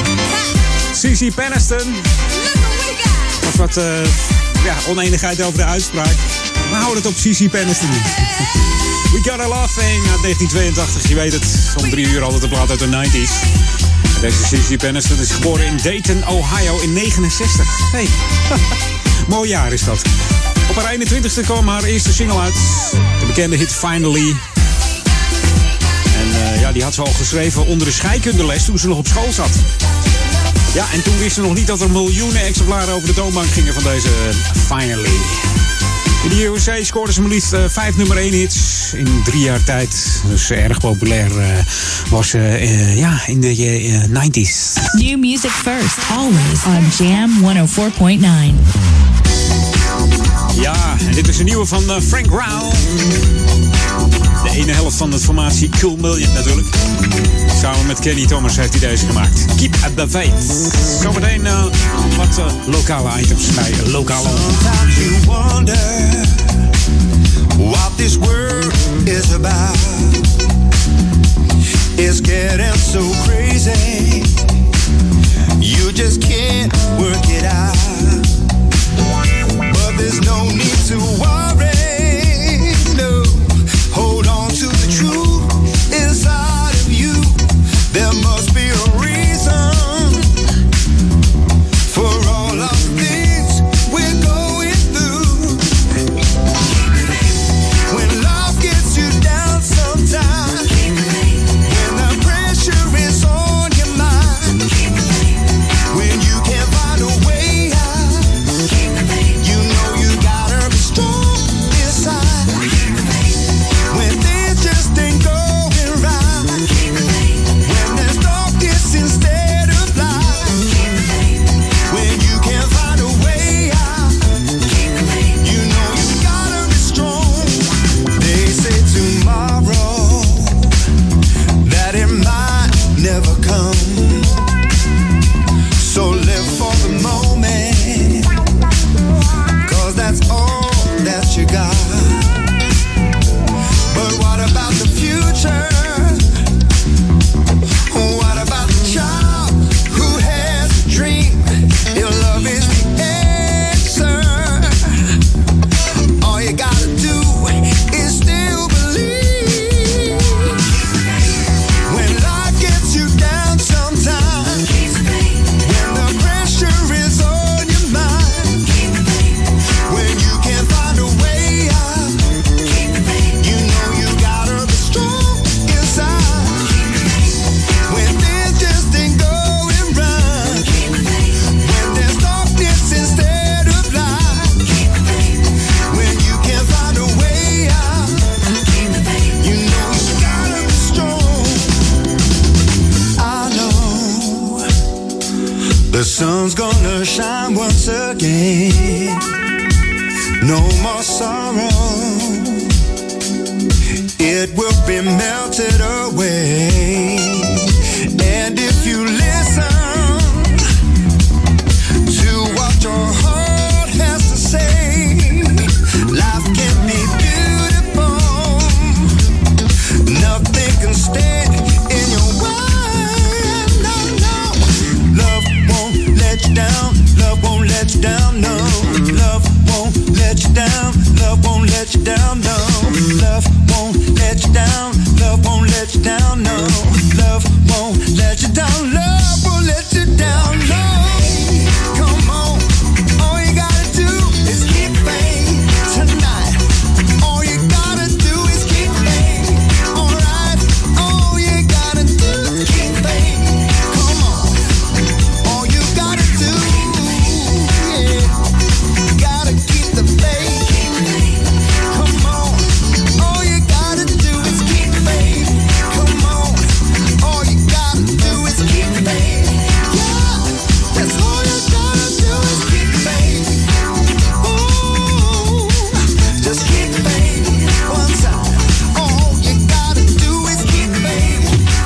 Cici Peniston. Was wat uh, ja, oneenigheid over de uitspraak. We houden het op Cici Peniston. We Got a Love Thing uit negentien tweeëntachtig. Je weet het, om drie uur altijd de plaat uit de negentig. Deze Cici Peniston is geboren in Dayton, Ohio in negenenzestig. Hey, mooi jaar is dat. Op haar eenentwintigste kwam haar eerste single uit. De bekende hit Finally. En uh, ja, die had ze al geschreven onder de scheikundeles toen ze nog op school zat. Ja, en toen wist ze nog niet dat er miljoenen exemplaren over de toonbank gingen van deze uh, Finally. In de U S A scoorde ze maar liefst uh, vijf nummer één hits in drie jaar tijd. Dus uh, erg populair uh, was ze uh, uh, ja, in de uh, negentig's. New music first, always on Jam honderdvier komma negen. Ja, en dit is een nieuwe van uh, Frank Rowell. De ene helft van de formatie Cool Million natuurlijk. Samen met Kenny Thomas heeft hij deze gemaakt. Keep the faith. Zometeen uh, wat uh, lokale items bij uh, lokale. Sometimes you wonder what this world is about. It's getting so crazy. You just can't work it out. But there's no need to worry. sun's gonna shine once again. No more sorrow, it will be melted away. And if you listen to what your heart has to say, life can be beautiful. Nothing can stand in your way. No, no. Love won't let you down. Love won't let you down. No. Love won't let you down. Love won't let you down. No. Love won't let you down. Love won't let you down. No. Love won't let you down. Love won't let you down. No. Come on. All you gotta do is keep faith tonight. All you gotta do is keep faith. Alright. All you gotta do is keep faith. Come on. All you gotta do, yeah. Gotta keep the faith. Come on. All you gotta do is keep faith. Come on. All you gotta do is keep faith. Yeah. That's all you gotta do is keep faith. Ooh. Just keep faith. One time. All you gotta do is keep faith.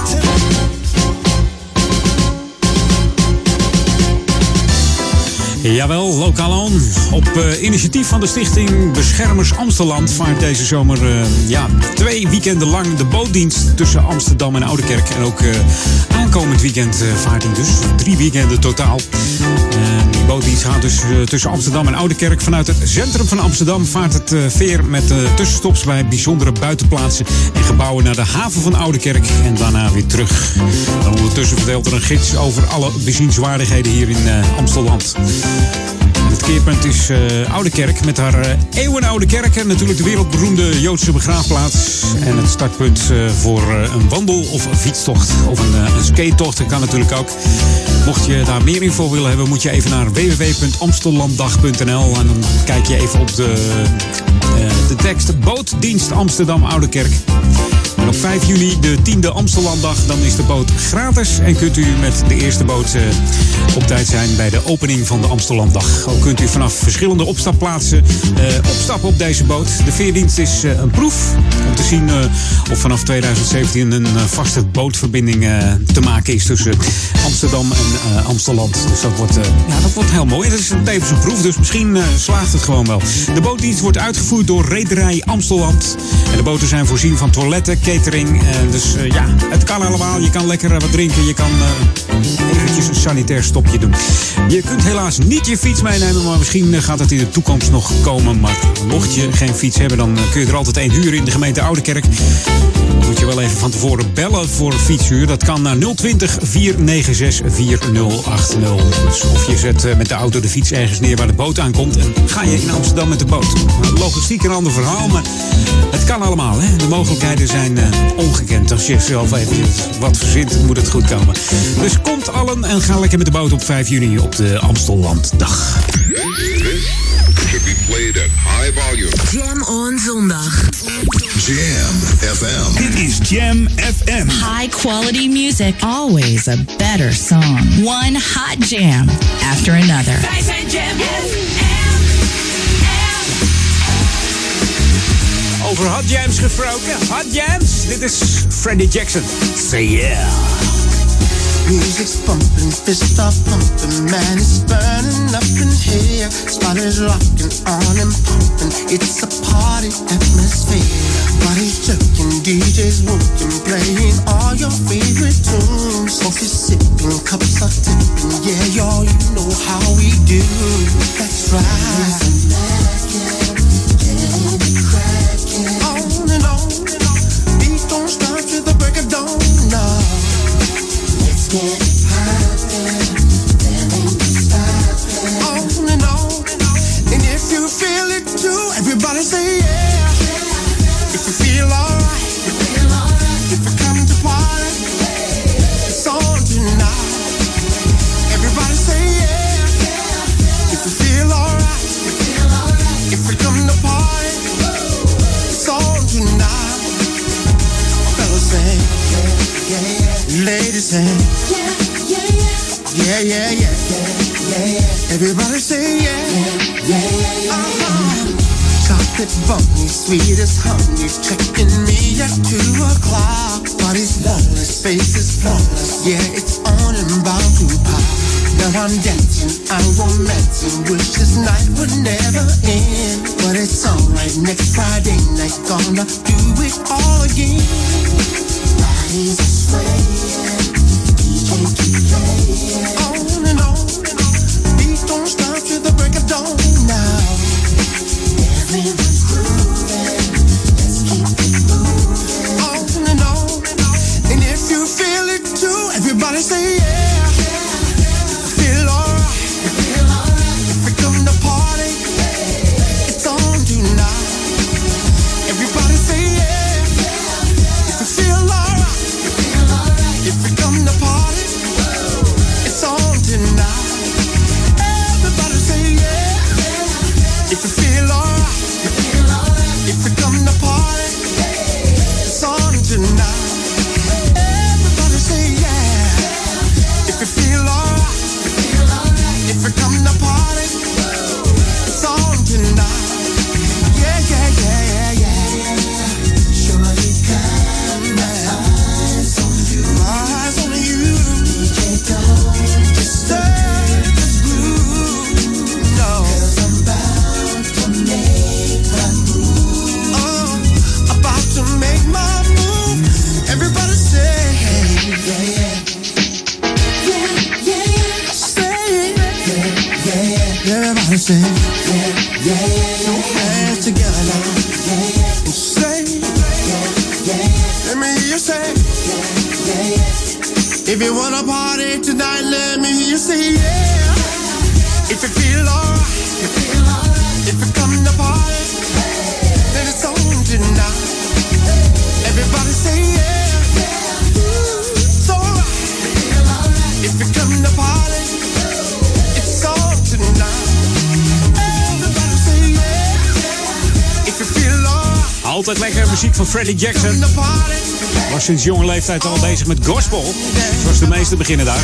Jawel, lokaal on. Op uh, initiatief van de stichting Beschermers Amsteland vaart deze zomer uh, ja, twee weekenden lang de bootdienst tussen Amsterdam en Oudekerk. En ook uh, aankomend weekend uh, vaart hij dus. Drie weekenden totaal. Uh, die bootdienst gaat dus uh, tussen Amsterdam en Oudekerk. Vanuit het centrum van Amsterdam vaart het uh, veer met uh, tussenstops bij bijzondere buitenplaatsen en gebouwen naar de haven van Oudekerk en daarna weer terug. Dan ondertussen verdeelt er een gids over alle bezienswaardigheden hier in uh, Amsteland. Het keerpunt is uh, Oudekerk met haar uh, eeuwenoude kerk en natuurlijk de wereldberoemde Joodse begraafplaats. En het startpunt uh, voor uh, een wandel- of een fietstocht of een, uh, een skatetocht. Dat kan natuurlijk ook. Mocht je daar meer info willen hebben, moet je even naar w w w punt amstellanddag punt n l en dan kijk je even op de, uh, de tekst Bootdienst Amsterdam Oudekerk. En op vijf juni, de tiende Amstellanddag, dan is de boot gratis. En kunt u met de eerste boot uh, op tijd zijn bij de opening van de Amstellanddag. Ook kunt u vanaf verschillende opstapplaatsen uh, opstappen op deze boot. De veerdienst is uh, een proef om te zien uh, of vanaf tweeduizend zeventien een uh, vaste bootverbinding uh, te maken is tussen Amsterdam en uh, Amsteland. Dus dat wordt, uh, ja, dat wordt heel mooi. Dat is tevens een proef, dus misschien uh, slaagt het gewoon wel. De bootdienst wordt uitgevoerd door Rederij Amstelland. En de boten zijn voorzien van toiletten, catering. Uh, dus uh, ja, het kan allemaal. Je kan lekker uh, wat drinken. Je kan uh, eventjes een sanitair stopje doen. Je kunt helaas niet je fiets meenemen, maar misschien uh, gaat het in de toekomst nog komen. Maar mocht je geen fiets hebben, dan uh, kun je er altijd één huren in de gemeente Oudekerk. Dan moet je wel even van tevoren bellen voor fietshuur. Dat kan naar nul twintig, vier negen zes, vier nul acht nul. Dus of je zet uh, met de auto de fiets ergens neer waar de boot aankomt en ga je in Amsterdam met de boot. Nou, logistiek een ander verhaal, maar het kan allemaal. Hè? De mogelijkheden zijn uh, ongekend. Als je zelf even wat verzint, moet het goed komen. Dus komt allen en ga lekker met de boot op vijf juni op de Amstellanddag. Should be played at high volume. Jam on zondag. Jam F M. Dit is Jam F M. High quality music. Always a better song. One hot jam after another. Wij zijn Jam F M. Over hot jams gesproken. Hot jams. Dit is Freddie Jackson. Say yeah. Music's pumping, fists are pumping, man, it's burning up in here. Spot is rocking on and pumping, it's a party atmosphere. Body's jerking, D Js working, playing all your favorite tunes. Smoke is sipping, cups are tipping, yeah, y'all, you know how we do. That's right. On and on and on, beat don't stop till the break of dawn, no. Get poppin', there ain't no stoppin'. On and on, and if you feel it too, everybody say yeah. If you feel alright, if you come to party, it's on tonight. Everybody say yeah. If you feel alright, if you come to party, it's on tonight. Fellas say yeah, yeah, yeah. Ladies say yeah, yeah, yeah. Yeah, yeah, yeah. Everybody say yeah. Uh-huh. Chocolate bunny, sweet as honey, checking me at two o'clock. But he's flawless, face is flawless. Yeah, it's on and bound to pop. Now I'm dancing, I'm romancing. Wish this night would never end. But it's alright, next Friday night, gonna do it all again. Bodies are swaying, D J keep playing. On and on, beat don't stop till the break of dawn now. Everyone's grooving, let's keep it moving. On and on, and if you feel it too, everybody say yeah. Feel alright, feel alright. If we come to party, it's on tonight. Everybody say yeah. If you feel alright, feel alright. If we come to party, it's on tonight. Everybody say yeah. If you feel alright, feel alright. If we come to party, it's on tonight. Everybody say yeah. If you feel alright. If we come to party, it's on tonight. Yeah, yeah, yeah, yeah, yeah. Surely come, my eyes on you. My eyes on you. D J don't disturb the groove. No, 'cause I'm about to make my move. Oh, about to make my move. Everybody say, yeah, yeah. Everybody say, yeah, yeah, yeah. Your hands together now. Yeah, yeah. And say, yeah, yeah, yeah. Let me hear you say, yeah, yeah, yeah. If you wanna party tonight, let me hear you say, yeah. If you feel alright, you feel alright. If you come to party, then it's on tonight. Everybody say, yeah, yeah. Ooh, it's alright. Feel alright. If you come to party, it's on tonight. Altijd lekker muziek van Freddie Jackson. Was sinds jonge leeftijd al bezig met gospel. Zoals de meesten beginnen daar.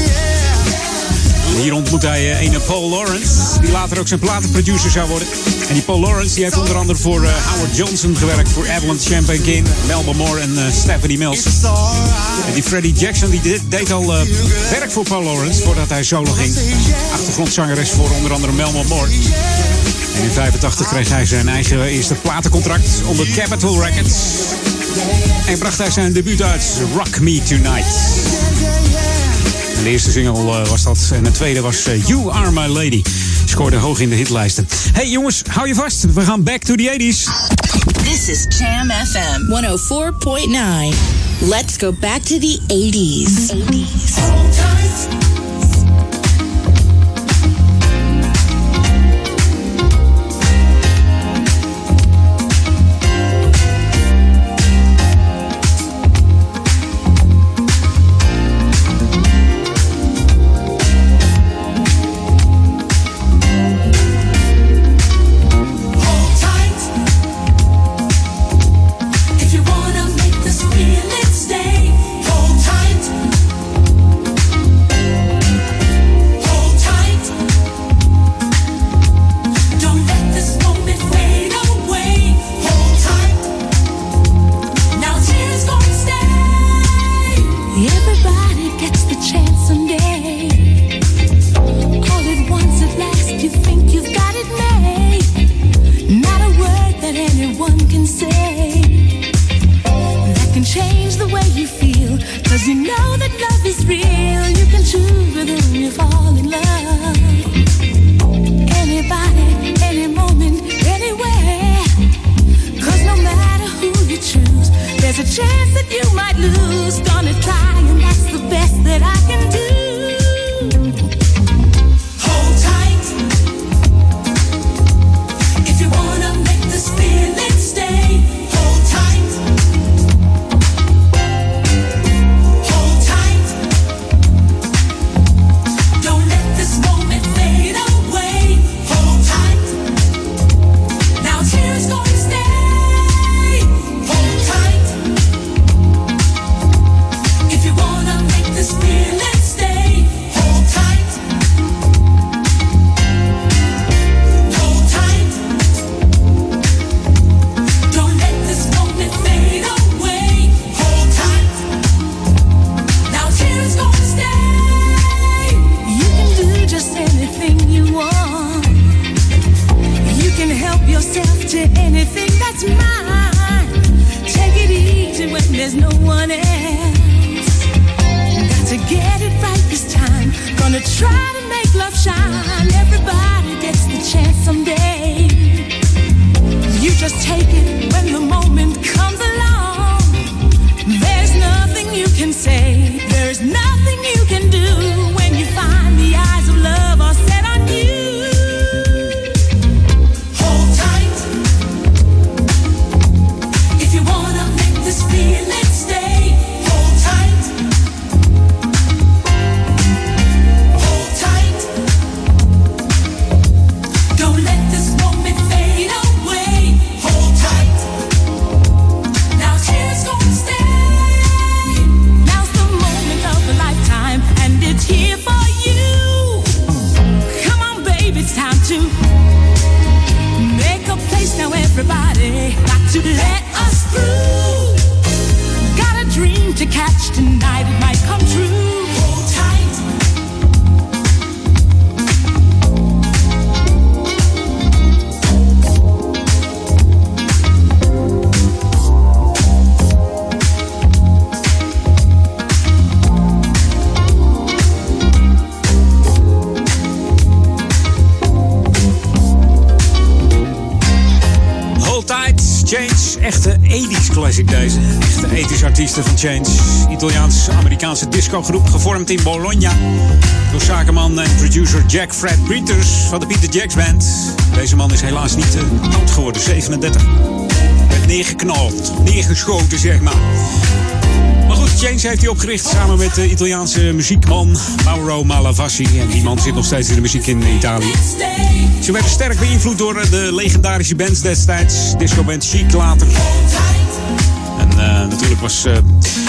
En hier ontmoet hij een Paul Lawrence, die later ook zijn platenproducer zou worden. En die Paul Lawrence die heeft onder andere voor uh, Howard Johnson gewerkt, voor Avalanche, Champagne King, Melba Moore en uh, Stephanie Mills. En die Freddie Jackson die deed, deed al uh, werk voor Paul Lawrence voordat hij solo ging. Achtergrondzangeres voor onder andere Melba Moore. En in vijfentachtig kreeg hij zijn eigen eerste platencontract onder Capitol Records. En bracht hij zijn debuut uit, Rock Me Tonight. En de eerste single uh, was dat. En de tweede was uh, You Are My Lady. Scoorde hoog in de hitlijsten. Hey jongens, hou je vast. We gaan back to the eighties. This is Jam F M honderdvier komma negen. Let's go back to the eighties. eighties. Hold tight. it's mine. Take it easy when there's no one else. Got to get it right this time. Gonna try to make love shine. Everybody gets the chance someday. You just take it when the moment comes along. There's nothing you can say. There's nothing you can do when you find the eyes of love are set on you. Hold tight. If you wanna make this feeling stay. Hold tight. Hold tight. Don't let this moment fade away. Hold tight. Now here's gonna stay. Now's the moment of a lifetime, and it's here for you. Come on, baby, it's time to make a place now. Everybody got to let us through. Got a dream to catch tonight, it might come true. Hold tight. Hold tight, Change. Echte eighties classic deze. Echte eighties artiesten van Change. Italiaans-Amerikaanse discogroep, gevormd in Bologna. Door zakenman en producer Jack Fred Peters van de Peter Jacks Band. Deze man is helaas niet uh, oud geworden, zevenendertig. Werd neergeknald, neergeschoten zeg maar. Maar goed, Change heeft hij opgericht samen met de Italiaanse muziekman Mauro Malavasi. En die man zit nog steeds in de muziek in Italië. Ze werden sterk beïnvloed door de legendarische bands destijds. Discoband Chic later. En uh, natuurlijk was... Uh,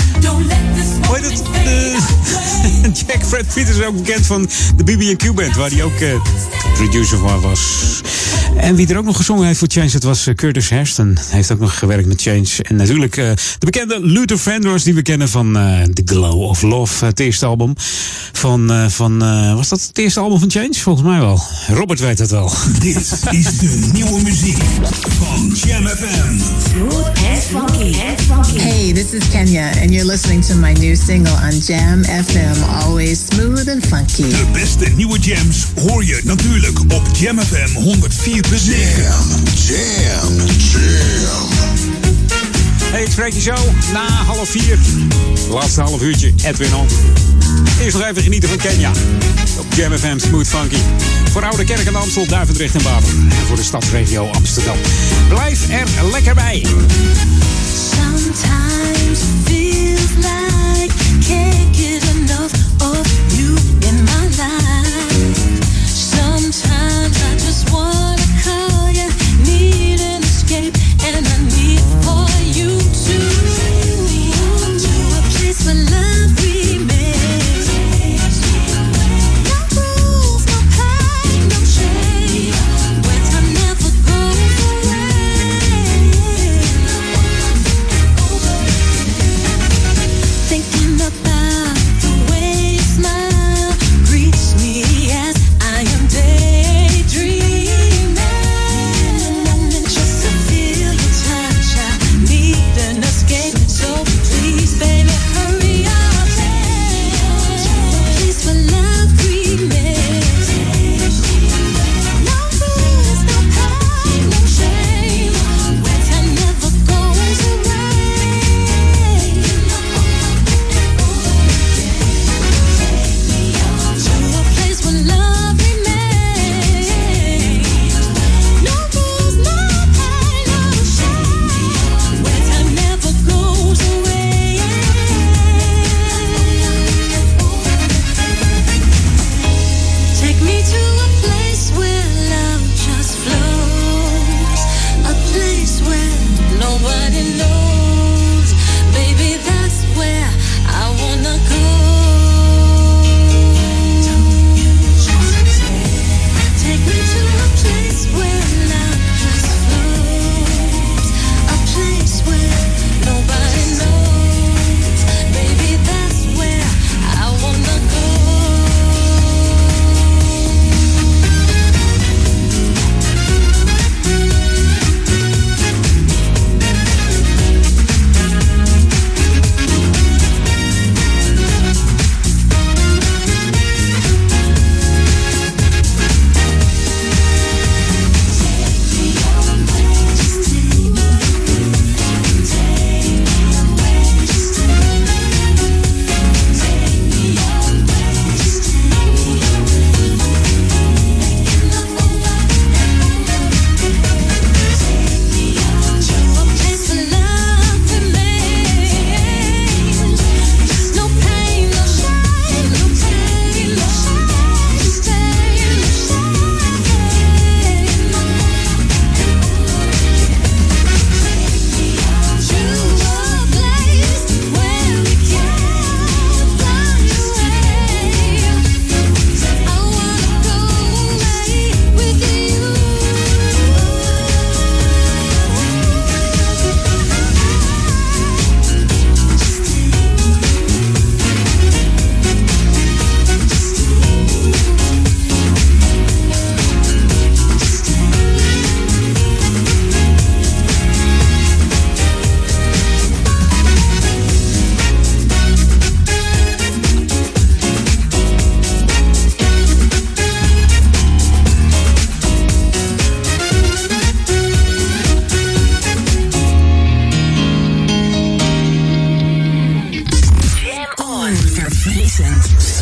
hoe heet het? De, Jack Fred Peters is ook bekend van de B B and Q Band, waar hij ook uh, producer van was. En wie er ook nog gezongen heeft voor Change, dat was uh, Curtis Hairston. Hij heeft ook nog gewerkt met Change. En natuurlijk uh, de bekende Luther Vandross, die we kennen van uh, The Glow of Love, het eerste album. Van, uh, van uh, was dat het eerste album van Change? Volgens mij wel. Robert weet het wel. Dit is de nieuwe muziek van Jam F M. Smooth and funky. And funky. Hey, this is Kenya, and you're listening to my new single on Jam F M. Always smooth and funky. De beste nieuwe jams hoor je natuurlijk op Jam F M honderd vier punt negen. Jam, jam. Hey, ik spreek je zo na half vier. Laatste half uurtje, Edwin On. Eerst nog even genieten van Kenya. Op Jam F M Smooth Funky. Voor Oude Kerk en Amstel, Duivendrecht en Baden. En voor de stadsregio Amsterdam. Blijf er lekker bij. Sometimes it feels like can't get enough of you in my life. Sometimes I just wanna call you, need an escape, and I need for you to to a place where love remains. No rules, no pain, no shame, where time never goes away. Thinking about the way you smile greets me.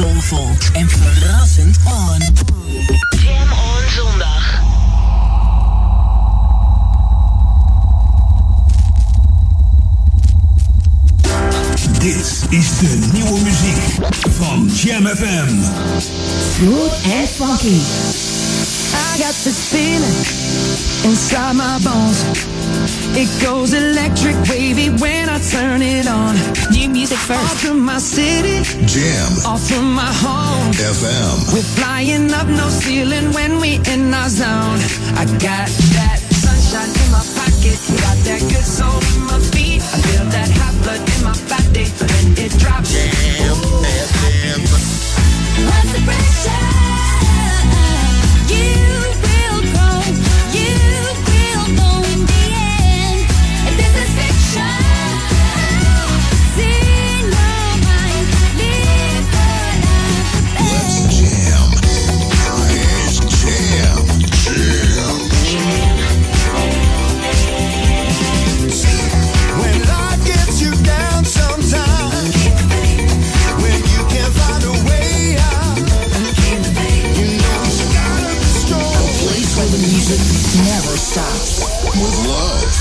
soulful en verrassend on. Jam on zondag. Dit is de nieuwe muziek van Jam F M. Smooth and funky. I got this feeling inside my bones. It goes electric wavy when I turn it on. New music first. Off from my city. Jam. Off from my home. F M. We're flying up no ceiling when we in our zone. I got that sunshine in my pocket. Got that good soul in my feet. I feel that hot blood in my body when it drops. Jam F M. What's the pressure? You will grow. You will know in the end. If this is fiction, see no mind. Live the life. Let's jam. Let's jam. Jam. When life gets you down sometimes, when you can't find a way out, you know you gotta be strong. A place where the music never stops. With love.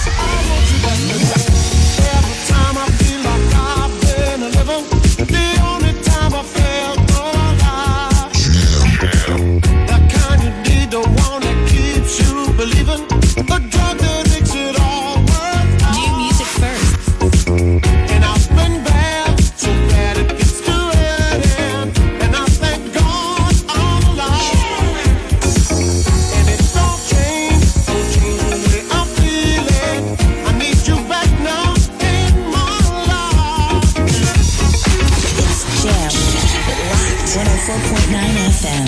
Every time I feel like I've been living, the only time I felt alive. That kind of deed, the one that keeps you believing, the drug that makes it all worthwhile. New music first. And I've been bad, so bad it gets to it end. And I thank God I'm alive. And it don't change, don't change the way I'm feeling. I need you back now in my life. It's Jam. one oh four point nine F M.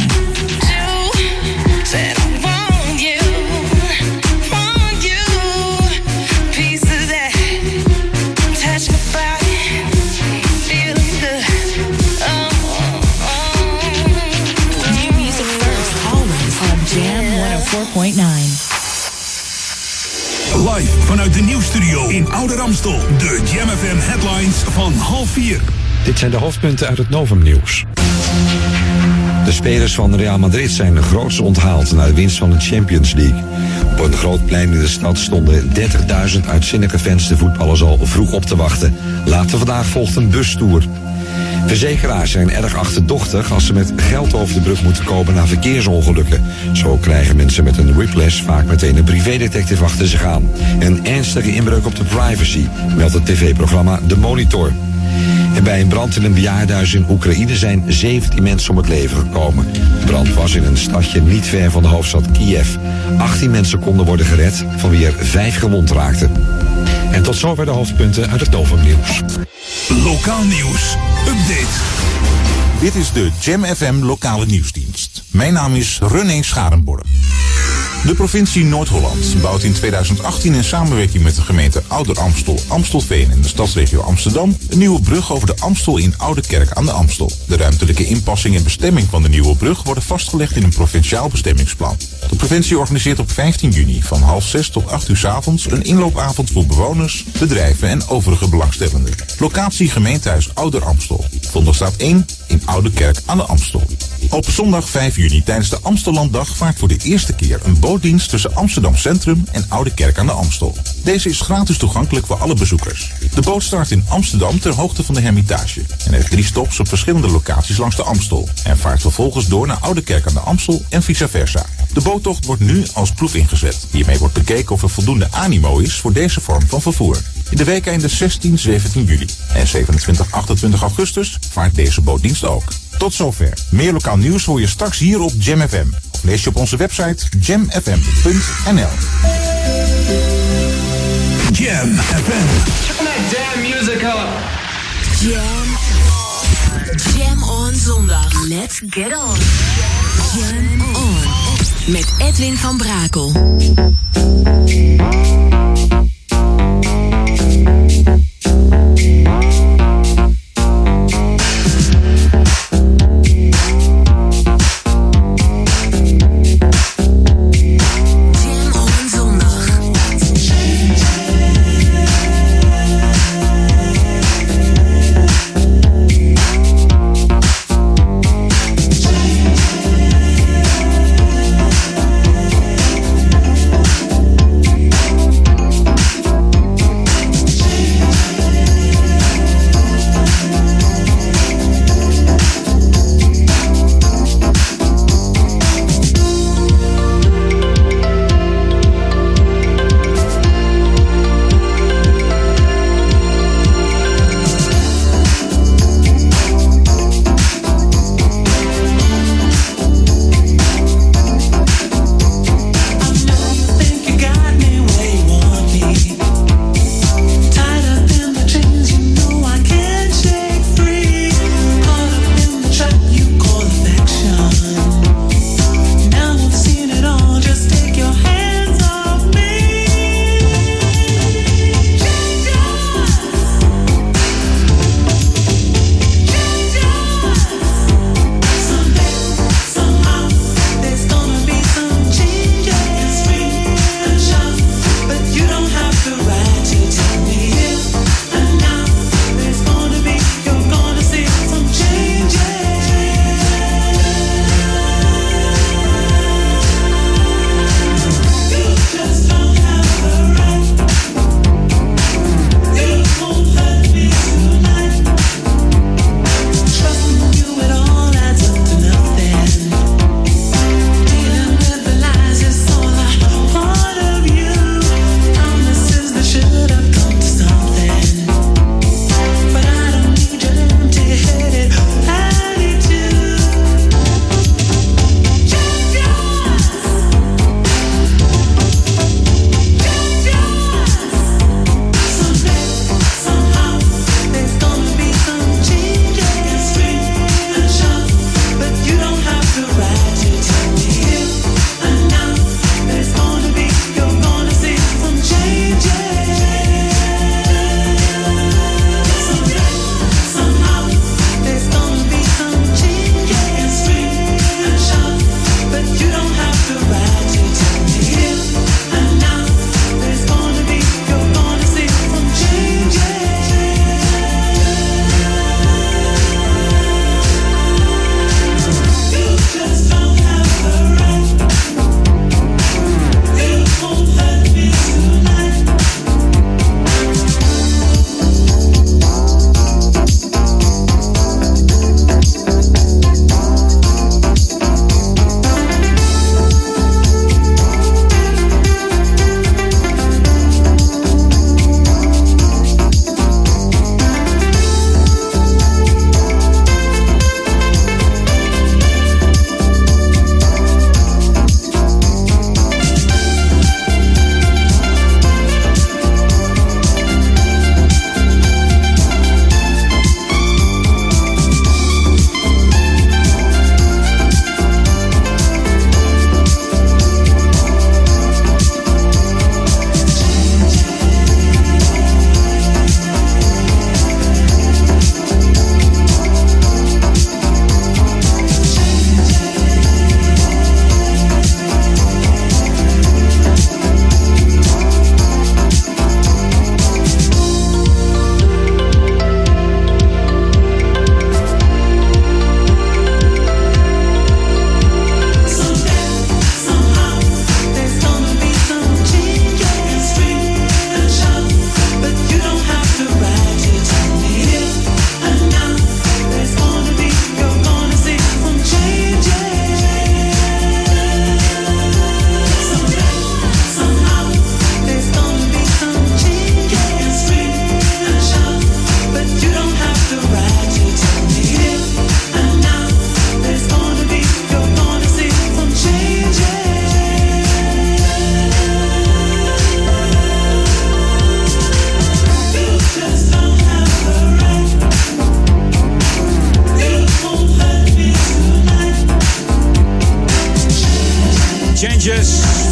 Said I want you, want you, piece of that, touch my body, feeling good. Oh, oh. New music first, always on Jam one oh four point nine. Live vanuit de nieuwsstudio in Ouder Amstel. De Jam F M headlines van half vier. Dit zijn de hoofdpunten uit het Novum-nieuws. De spelers van Real Madrid zijn groots onthaald na de winst van de Champions League. Op een groot plein in de stad stonden dertigduizend uitzinnige fans de voetballers al vroeg op te wachten. Later vandaag volgt een bustoer. Verzekeraars zijn erg achterdochtig als ze met geld over de brug moeten komen na verkeersongelukken. Zo krijgen mensen met een whiplash vaak meteen een privédetective achter zich aan. Een ernstige inbreuk op de privacy, meldt het tv-programma De Monitor. En bij een brand in een bejaardenhuis in Oekraïne zijn zeventien mensen om het leven gekomen. De brand was in een stadje niet ver van de hoofdstad Kiev. achttien mensen konden worden gered, van wie er vijf gewond raakten. En tot zover de hoofdpunten uit het Novum-nieuws. Lokaal nieuws. Update. Dit is de Jam F M lokale nieuwsdienst. Mijn naam is René Scharenborg. De provincie Noord-Holland bouwt in tweeduizend achttien in samenwerking met de gemeente Ouder Amstel, Amstelveen en de stadsregio Amsterdam een nieuwe brug over de Amstel in Oudekerk aan de Amstel. De ruimtelijke inpassing en bestemming van de nieuwe brug worden vastgelegd in een provinciaal bestemmingsplan. De provincie organiseert op vijftien juni van half zes tot acht uur 's avonds een inloopavond voor bewoners, bedrijven en overige belangstellenden. Locatie gemeentehuis Ouder Amstel. Vondelstraat één in Oudekerk aan de Amstel. Op zondag vijf juni tijdens de Amstellanddag vaart voor de eerste keer een bootdienst tussen Amsterdam Centrum en Oudekerk aan de Amstel. Deze is gratis toegankelijk voor alle bezoekers. De boot start in Amsterdam ter hoogte van de Hermitage en heeft drie stops op verschillende locaties langs de Amstel en vaart vervolgens door naar Oudekerk aan de Amstel en vice versa. De boottocht wordt nu als proef ingezet. Hiermee wordt bekeken of er voldoende animo is voor deze vorm van vervoer. In de weekenden zestien, zeventien juli en zevenentwintig, achtentwintig augustus vaart deze bootdienst ook. Tot zover. Meer lokaal nieuws hoor je straks hier op Jam F M. Of lees je op onze website jam f m punt n l. Jam F M. Turn that damn music up. Jam. Jam on zondag. Let's get on. Jam on. Met Edwin van Brakel.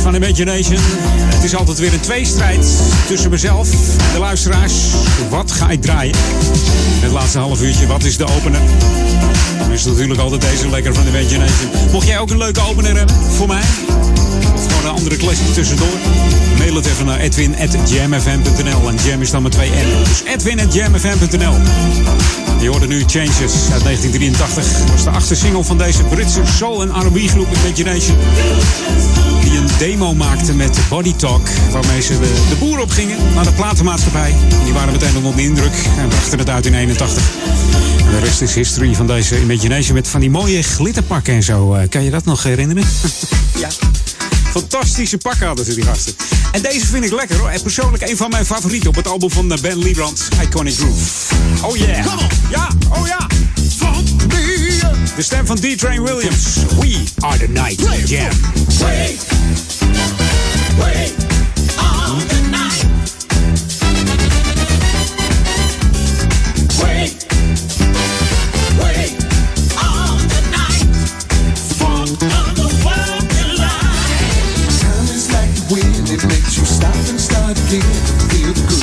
van Imagination. Het is altijd weer een tweestrijd tussen mezelf en de luisteraars. Wat ga ik draaien? Het laatste half uurtje, wat is de opener? Dan is natuurlijk altijd deze lekker van Imagination. Mocht jij ook een leuke opener hebben voor mij? Of gewoon een andere classic tussendoor? Mail het even naar edwin at jam f m punt n l. En jam is dan met twee N. Dus edwin at jam f m punt n l. Je hoorde nu Changes uit negentien drieëntachtig. Dat was de achtste single van deze Britse soul- en R and B groep Imagination. Die een demo maakte met Body Talk. Waarmee ze de, de boer op gingen naar de platenmaatschappij. En die waren meteen onder de indruk en brachten het uit in eenentachtig. En de rest is history van deze Imagination met van die mooie glitterpakken en zo. Uh, kan je dat nog herinneren? Ja. Fantastische pakken hadden ze, die gasten. En deze vind ik lekker hoor. En persoonlijk een van mijn favorieten op het album van Ben Liebrand, Iconic Groove. Oh yeah. Ja, oh ja. De stem van D-Train Williams. We are the night. Jam. Wait, wait on the night. Wait, wait on the night. Funk of the world delight. Time is like the wind, it makes you stop and start again. Feel good.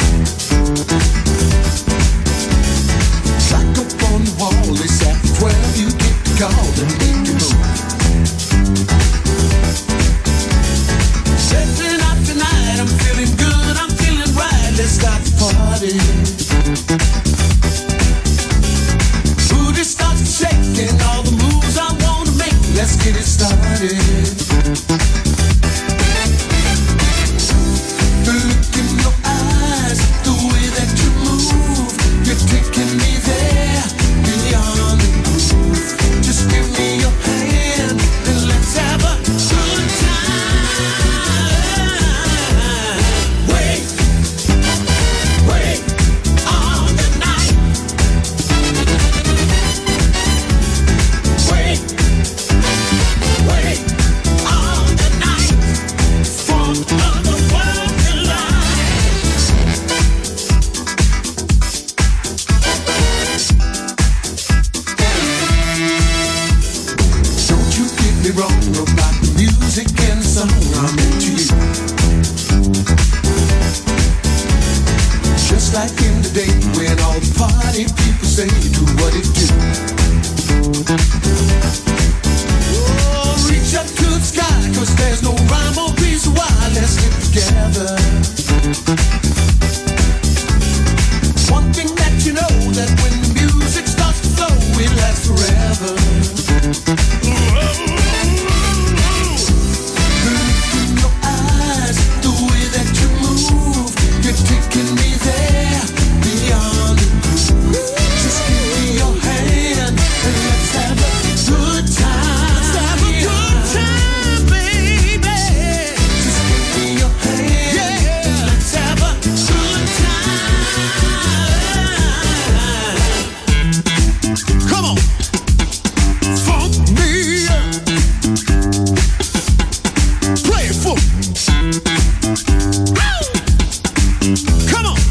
Clock up on the wall, it's at twelve. You get the call to make you move. Setting up tonight, I'm feeling good, I'm feeling right. Let's start the party. Booty starts shaking, all the moves I wanna make. Let's get it started. The look in your eyes, the way that you move, you're taking me there, beyond the groove. Just give me your hand, and let's have a good time. Wait, wait on the night. Wait, wait on the night. Funk of the world delight. Don't you get me wrong about the music and the song I'm into you. Just like in the day when all the party people say do what it do. Oh, reach up to the sky, cause there's no rhyme or reason why. Let's get together. One thing that you know, that when the music starts to flow, it lasts forever. The look in your eyes, the way that you move, you're taking me there, beyond the groove. Just give me your hand, and let's have a good time. Let's have a good time, baby. Just give me your hand, yeah, and let's have a good time. Come on, funk me up. Play it for me. Ow! Come on.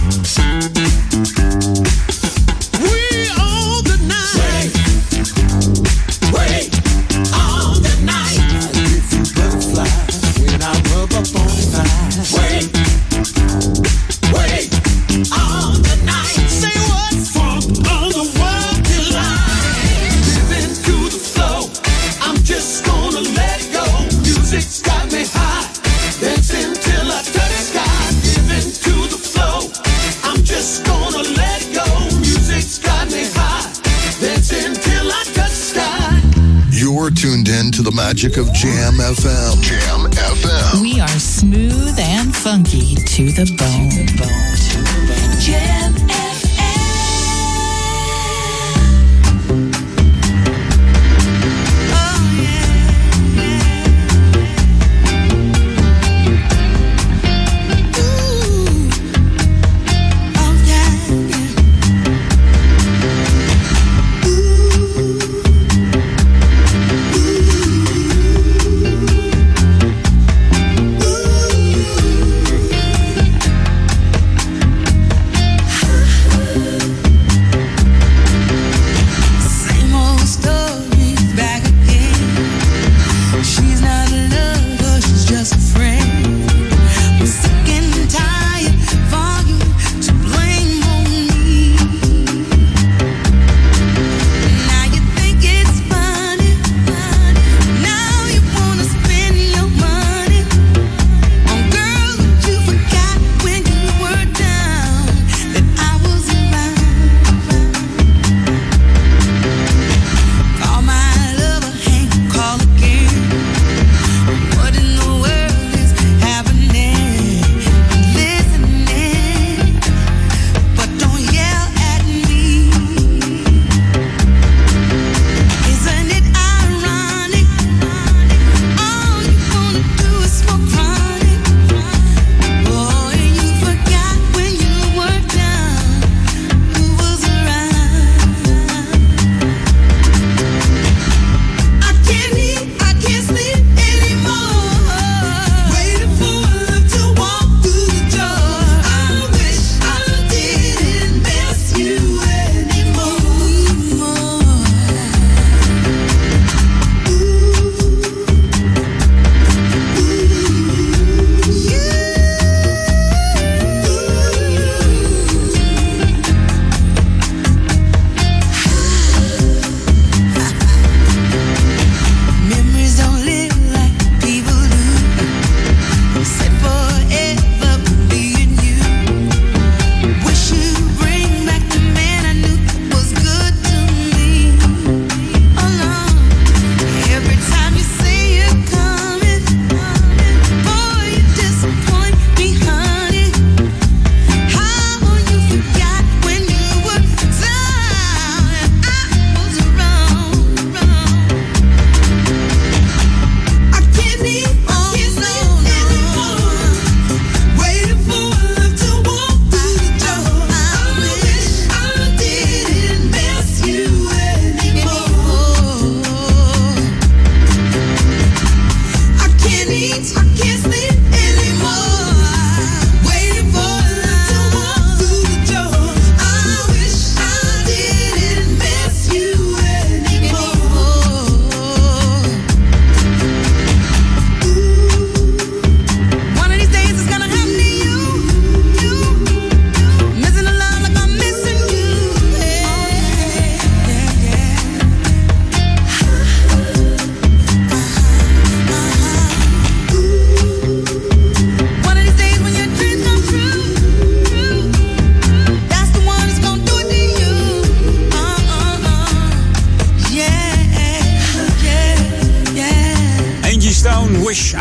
We on the night. Wait, wait on the night. I give you butterflies when I rub up on the thighs. Wait, wait on the night. Say what? Funk on the world delight. Living to the flow. I'm just gonna let it go. Music's got me high. Dancing till I touch the sky. Living to the flow. I'm just gonna let it go. Music's got me high. Dancing till I touch the sky. You're tuned in to the magic of Jam F M. Jam F M. We are smooth and funky to the bone. Jam F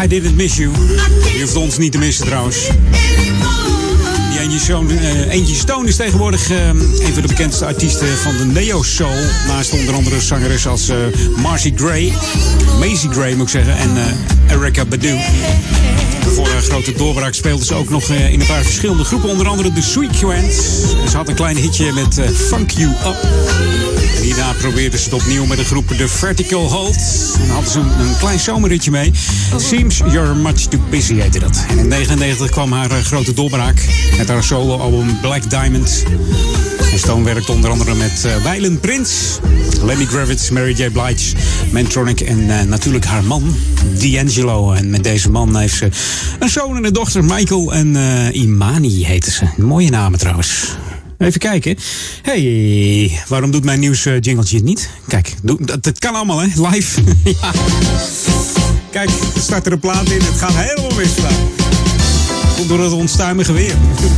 I Didn't Miss You. Je hoeft ons niet te missen trouwens. Die Angie Stone, uh, Angie Stone is tegenwoordig uh, een van de bekendste artiesten van de neo-soul. Naast onder andere zangeres als uh, Marcy Gray, Macy Gray moet ik zeggen, en uh, Erykah Badu. Voor een grote doorbraak speelde ze ook nog uh, in een paar verschillende groepen. Onder andere de Sweetgrants. Ze had een klein hitje met uh, Funk You Up. En hierna probeerde ze het opnieuw met de groep The Vertical Hold. En dan hadden ze een, een klein zomerritje mee. Seems You're Much Too Busy heette dat. En in negentien negenennegentig kwam haar uh, grote doorbraak met haar solo-album Black Diamond. En Stone werkte onder andere met uh, Waylon Prince, Lenny Kravitz, Mary J. Blige, Mantronic en uh, natuurlijk haar man, D'Angelo. En met deze man heeft ze een zoon en een dochter, Michael en uh, Imani heten ze. Mooie namen trouwens. Even kijken. Hey, waarom doet mijn nieuws uh, jingletje het niet? Kijk, doe, dat, dat kan allemaal, hè? Live. Ja. Kijk, er staat er een plaat in. Het gaat helemaal mis vandaag. Komt door het onstuimige weer.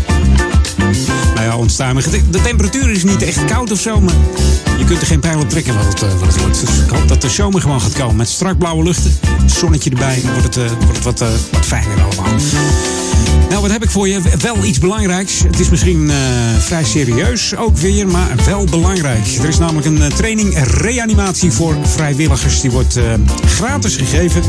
Nou ja, onstuimig. De temperatuur is niet echt koud of zo, maar je kunt er geen pijl op trekken wat het, wat het wordt. Dus ik hoop dat de zomer gewoon gaat komen. Met strak blauwe luchten, zonnetje erbij, dan wordt het, uh, wordt het wat, uh, wat fijner allemaal. Nou, wat heb ik voor je? Wel iets belangrijks. Het is misschien uh, vrij serieus ook weer, maar wel belangrijk. Er is namelijk een uh, training reanimatie voor vrijwilligers. Die wordt uh, gratis gegeven.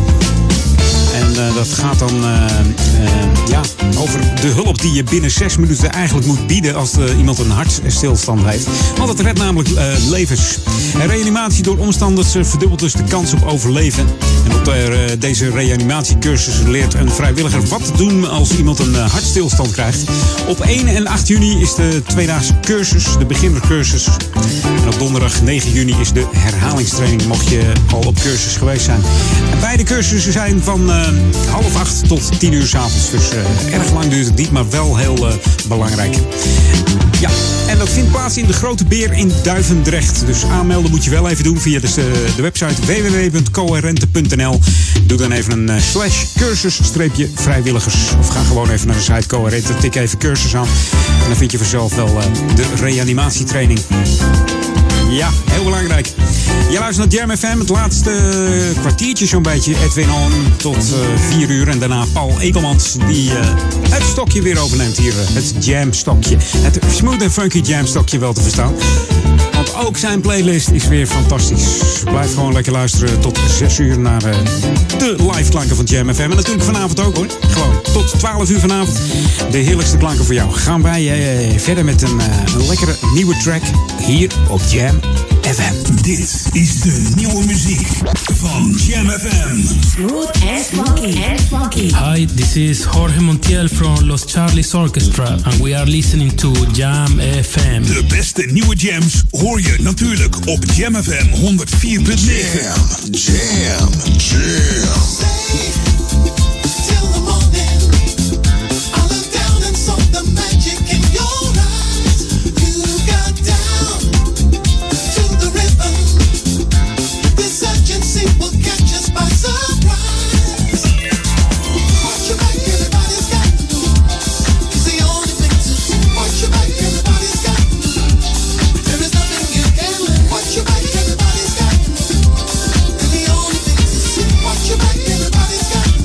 En uh, dat gaat dan uh, uh, ja, over de hulp die je binnen zes minuten eigenlijk moet bieden als uh, iemand een hartstilstand heeft. Want het redt namelijk uh, levens. En reanimatie door omstanders uh, verdubbelt dus de kans op overleven. En op de, uh, deze reanimatiecursus leert een vrijwilliger wat te doen als iemand een uh, hartstilstand krijgt. Op één en acht juni is de tweedaagse cursus, de beginnercursus. En op donderdag negen juni is de herhalingstraining, mocht je al op cursus geweest zijn. En beide cursussen zijn van uh, half acht tot tien uur 's avonds. Dus uh, erg lang duurt het niet, maar wel heel uh, belangrijk. Ja, en dat vindt plaats in de Grote Beer in Duivendrecht. Dus aanmelden moet je wel even doen via de, de website w w w punt coherente punt n l. Doe dan even een uh, slash cursus-vrijwilligers. Of ga gewoon even naar de site Coherente, tik even cursus aan. En dan vind je vanzelf wel uh, de reanimatietraining. Ja, heel belangrijk. Je luistert naar Jam F M, het laatste kwartiertje zo'n beetje. Edwin On tot uh, vier uur. En daarna Paul Ekelmans die uh, het stokje weer overneemt hier. Uh, het jamstokje. Het smooth en funky jamstokje wel te verstaan. Want ook zijn playlist is weer fantastisch. Blijf gewoon lekker luisteren tot zes uur naar uh, de live klanken van Jam F M. En natuurlijk vanavond ook hoor. Gewoon tot twaalf uur vanavond. De heerlijkste klanken voor jou. Gaan wij uh, verder met een, uh, een lekkere nieuwe track hier op Jam F M. Dit is de nieuwe muziek van Jam F M. Smooth and funky. And funky. Hi, this is Jorge Montiel from Los Charlies Orchestra and we are listening to Jam F M. De beste nieuwe jams hoor je natuurlijk op Jam F M honderd vier punt negen. Jam, jam, jam. Everybody's got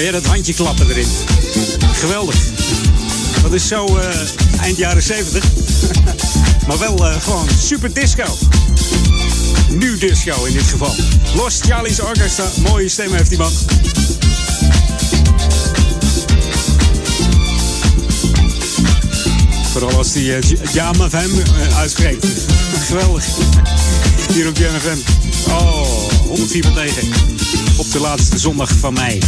je dat handje klappen erin. Geweldig. Dat is zo uh, eind jaren zeventig. Maar wel uh, gewoon super disco. Nu disco in dit geval. Los Charlie's Orchestra. Mooie stem heeft die man. Vooral als die uh, Jam F M uh, uitspreekt. Geweldig. Hier op Jam F M. Oh, honderdvier komma negen. Op de laatste zondag van mei.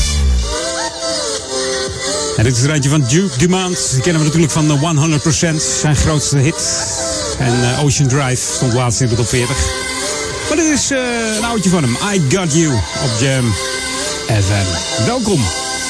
En dit is er eentje van Duke Dumont. Die kennen we natuurlijk van de honderd procent. Zijn grootste hit. En uh, Ocean Drive stond laatst in de top veertig. Maar dit is uh, een oudje van hem. I Got You op Jam F M. Welkom.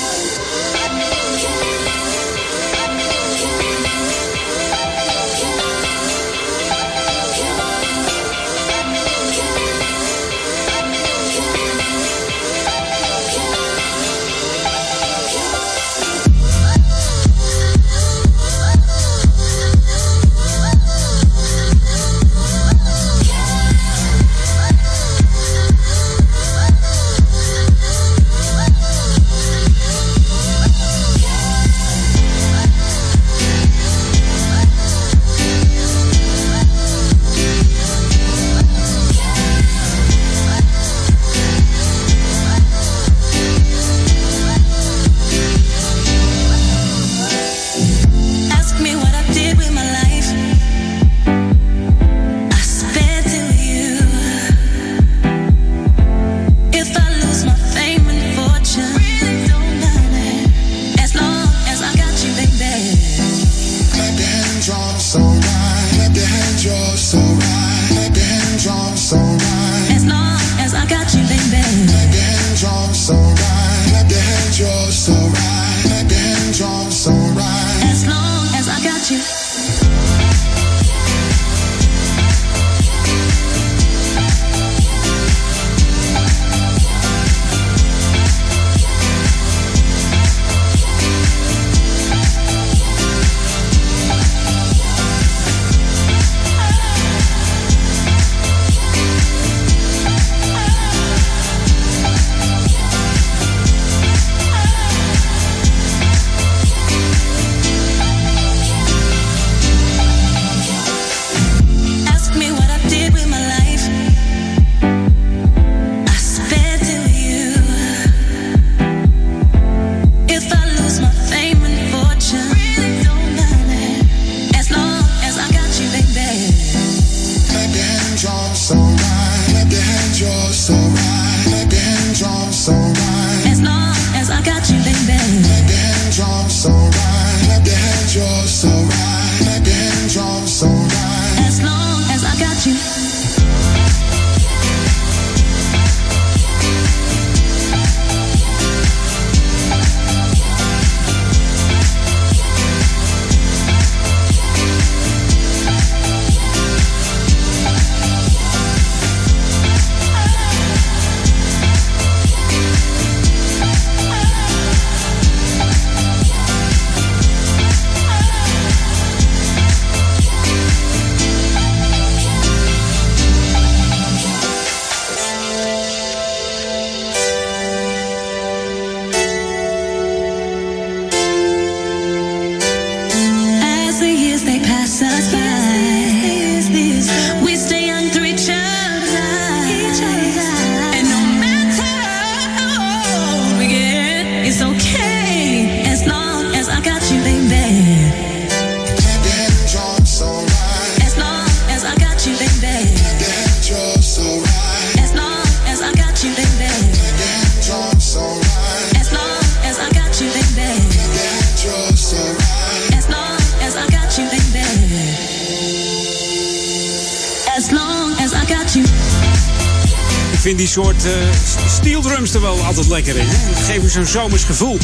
Ik vind die soort uh, steel drums er wel altijd lekker in. Hè? Dat geeft me zo'n zomers gevoel.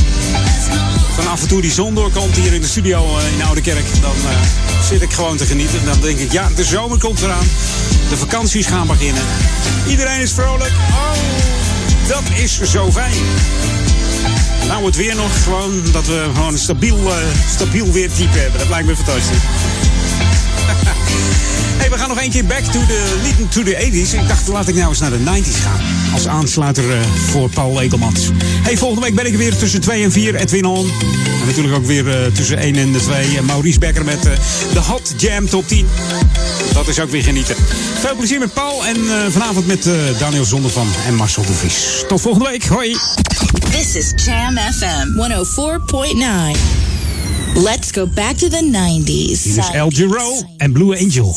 Van af en toe die zon doorkomt hier in de studio uh, in Oudekerk. Dan uh, zit ik gewoon te genieten. Dan denk ik, ja, de zomer komt eraan. De vakanties gaan beginnen. Iedereen is vrolijk. Oh, dat is zo fijn. Nou, het weer nog gewoon dat we gewoon een stabiel, uh, stabiel weertype hebben. Dat lijkt me fantastisch. Hey, we gaan nog één keer back to the, leading to the eighties. Ik dacht, laat ik nou eens naar de nineties gaan. Als aansluiter uh, voor Paul Ekelmans. Hey, volgende week ben ik weer tussen twee en vier. Edwin On. En natuurlijk ook weer uh, tussen één en de twee. Uh, Maurice Becker met uh, de Hot Jam Top tien. Dat is ook weer genieten. Veel plezier met Paul. En uh, vanavond met uh, Daniel Zondervan en Marcel de Vries. Tot volgende week. Hoi. This is Jam F M one oh four point nine. Let's go back to the nineties. Hier is El Giro en Blue Angel.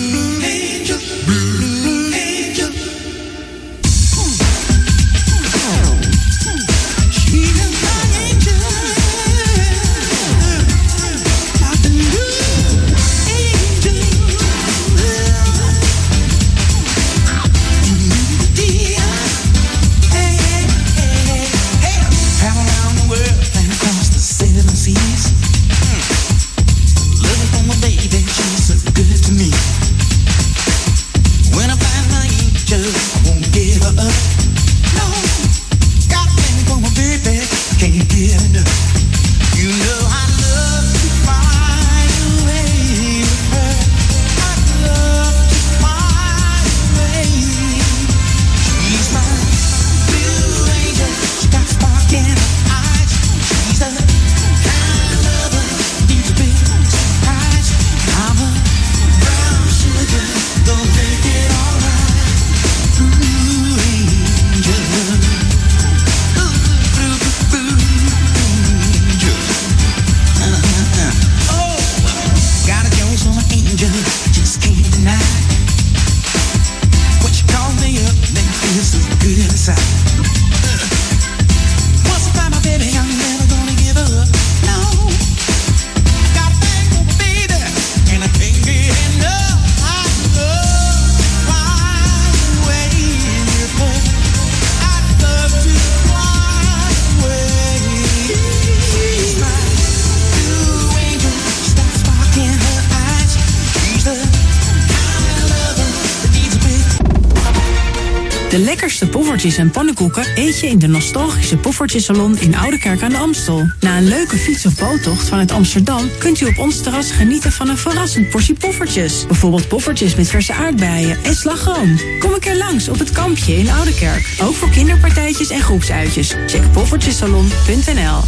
De lekkerste poffertjes en pannenkoeken eet je in de nostalgische Poffertjesalon in Oudekerk aan de Amstel. Na een leuke fiets- of boottocht vanuit Amsterdam kunt u op ons terras genieten van een verrassend portie poffertjes. Bijvoorbeeld poffertjes met verse aardbeien en slagroom. Kom een keer langs op het kampje in Oudekerk. Ook voor kinderpartijtjes en groepsuitjes. Check poffertjesalon punt n l.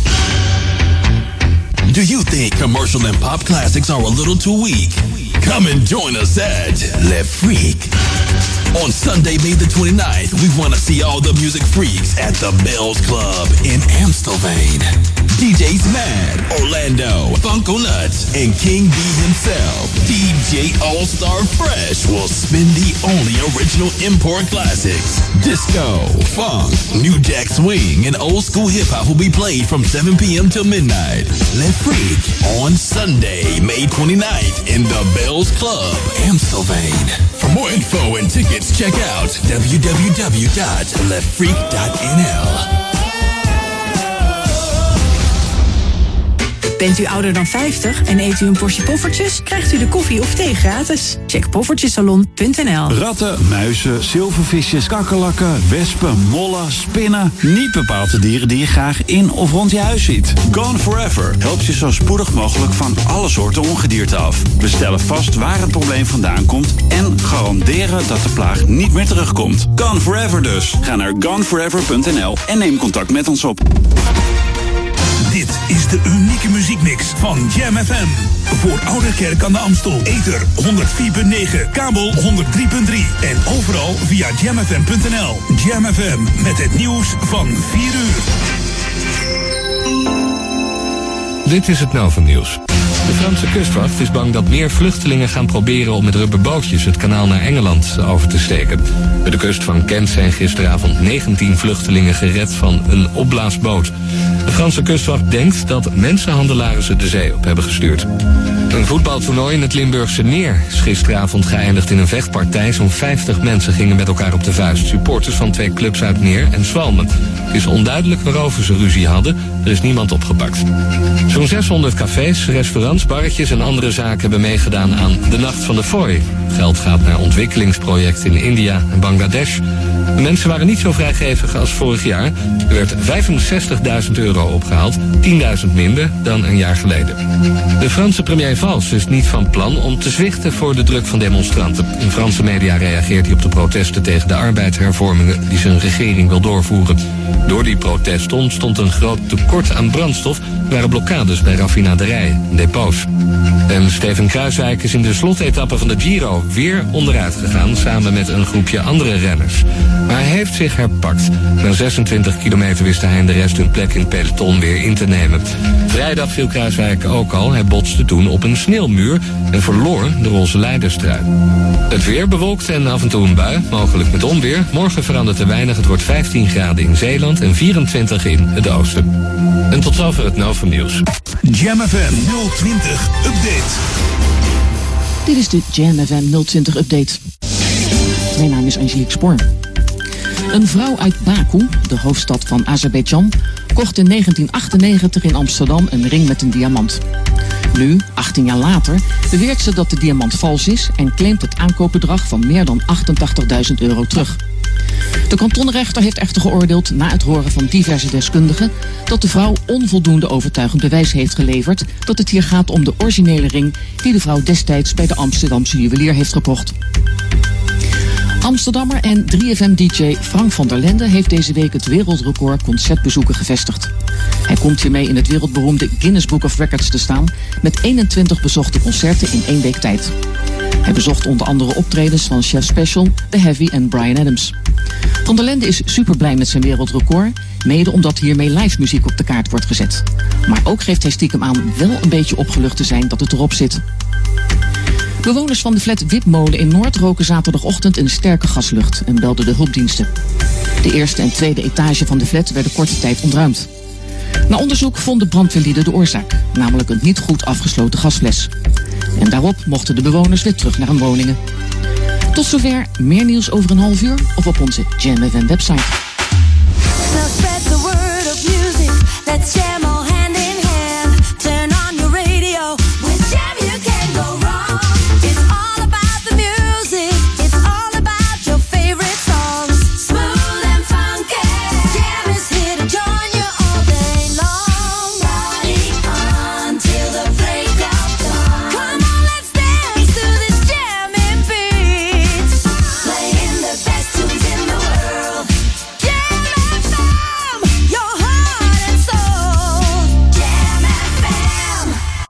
Do you think commercial and pop classics are a little too weak? Come and join us at Le Freak. On Sunday, May the twenty-ninth, we want to see all the music freaks at the Bells Club in Amstelveen. D Js Mad, Orlando, Funko Nuts, and King B himself, D J All-Star Fresh, will spin the only original import classics. Disco, funk, new jack swing, and old school hip-hop will be played from seven p.m. till midnight. Le Freak on Sunday, May twenty-ninth in the Bells Club, Amstelveen. For more info and tickets, check out w w w dot le freak dot n l. Bent u ouder dan vijftig en eet u een portie poffertjes? Krijgt u de koffie of thee gratis? Check poffertjesalon punt n l. Ratten, muizen, zilvervisjes, kakkerlakken, wespen, mollen, spinnen. Niet bepaald de dieren die je graag in of rond je huis ziet. Gone Forever helpt je zo spoedig mogelijk van alle soorten ongedierte af. We stellen vast waar het probleem vandaan komt en garanderen dat de plaag niet meer terugkomt. Gone Forever dus. Ga naar gone forever punt n l en neem contact met ons op. Dit is de unieke muziekmix van Jam F M. Voor Ouderkerk aan de Amstel. Ether honderd vier punt negen, kabel honderd drie punt drie. En overal via jam f m punt n l. Jam F M met het nieuws van vier uur. Dit is het Novum-nieuws. De Franse kustwacht is bang dat meer vluchtelingen gaan proberen om met rubberbootjes het kanaal naar Engeland over te steken. Bij de kust van Kent zijn gisteravond negentien vluchtelingen gered van een opblaasboot. De Franse kustwacht denkt dat mensenhandelaren ze de zee op hebben gestuurd. Een voetbaltoernooi in het Limburgse Neer is gisteravond geëindigd in een vechtpartij. Zo'n vijftig mensen gingen met elkaar op de vuist. Supporters van twee clubs uit Neer en Zwalmen. Het is onduidelijk waarover ze ruzie hadden. Er is niemand opgepakt. Zo'n zeshonderd cafés, restaurants, barretjes en andere zaken hebben meegedaan aan de Nacht van de Fooi. Geld gaat naar ontwikkelingsprojecten in India en Bangladesh. De mensen waren niet zo vrijgevig als vorig jaar. Er werd vijfenzestigduizend euro opgehaald, tienduizend minder dan een jaar geleden. De Franse premier Valls is niet van plan om te zwichten voor de druk van demonstranten. In Franse media reageert hij op de protesten tegen de arbeidshervormingen die zijn regering wil doorvoeren. Door die protesten ontstond een groot tekort aan brandstof. Er waren blokkades bij raffinaderijen en depots. En Steven Kruiswijk is in de slotetappe van de Giro weer onderuit gegaan, samen met een groepje andere renners. Maar hij heeft zich herpakt. Na zesentwintig kilometer wist hij en de rest hun plek in het peloton weer in te nemen. Vrijdag viel Kruiswijk ook al. Hij botste toen op een sneeuwmuur en verloor de roze leiderstrui. Het weer bewolkt en af en toe een bui, mogelijk met onweer. Morgen verandert er weinig. Het wordt vijftien graden in Zeeland en vierentwintig in het oosten. En tot zover het Novum Nieuws. Jam F M nul twintig Update. Dit is de Jam F M nul twintig Update. Mijn naam is Angelique Spoor. Een vrouw uit Baku, de hoofdstad van Azerbeidzjan, kocht in negentien achtennegentig in Amsterdam een ring met een diamant. Nu, achttien jaar later, beweert ze dat de diamant vals is en claimt het aankoopbedrag van meer dan achtentachtigduizend euro terug. De kantonrechter heeft echter geoordeeld, na het horen van diverse deskundigen, dat de vrouw onvoldoende overtuigend bewijs heeft geleverd dat het hier gaat om de originele ring die de vrouw destijds bij de Amsterdamse juwelier heeft gekocht. Amsterdammer en drie F M D J Frank van der Lende heeft deze week het wereldrecord concertbezoeken gevestigd. Hij komt hiermee in het wereldberoemde Guinness Book of Records te staan met eenentwintig bezochte concerten in één week tijd. Hij bezocht onder andere optredens van Chef Special, The Heavy en Bryan Adams. Van der Lende is super blij met zijn wereldrecord, mede omdat hiermee live muziek op de kaart wordt gezet. Maar ook geeft hij stiekem aan wel een beetje opgelucht te zijn dat het erop zit. Bewoners van de flat Wipmolen in Noord roken zaterdagochtend een sterke gaslucht en belden de hulpdiensten. De eerste en tweede etage van de flat werden korte tijd ontruimd. Na onderzoek vonden brandweerlieden de oorzaak, namelijk een niet goed afgesloten gasfles. En daarop mochten de bewoners weer terug naar hun woningen. Tot zover, meer nieuws over een half uur of op onze Jam F M website.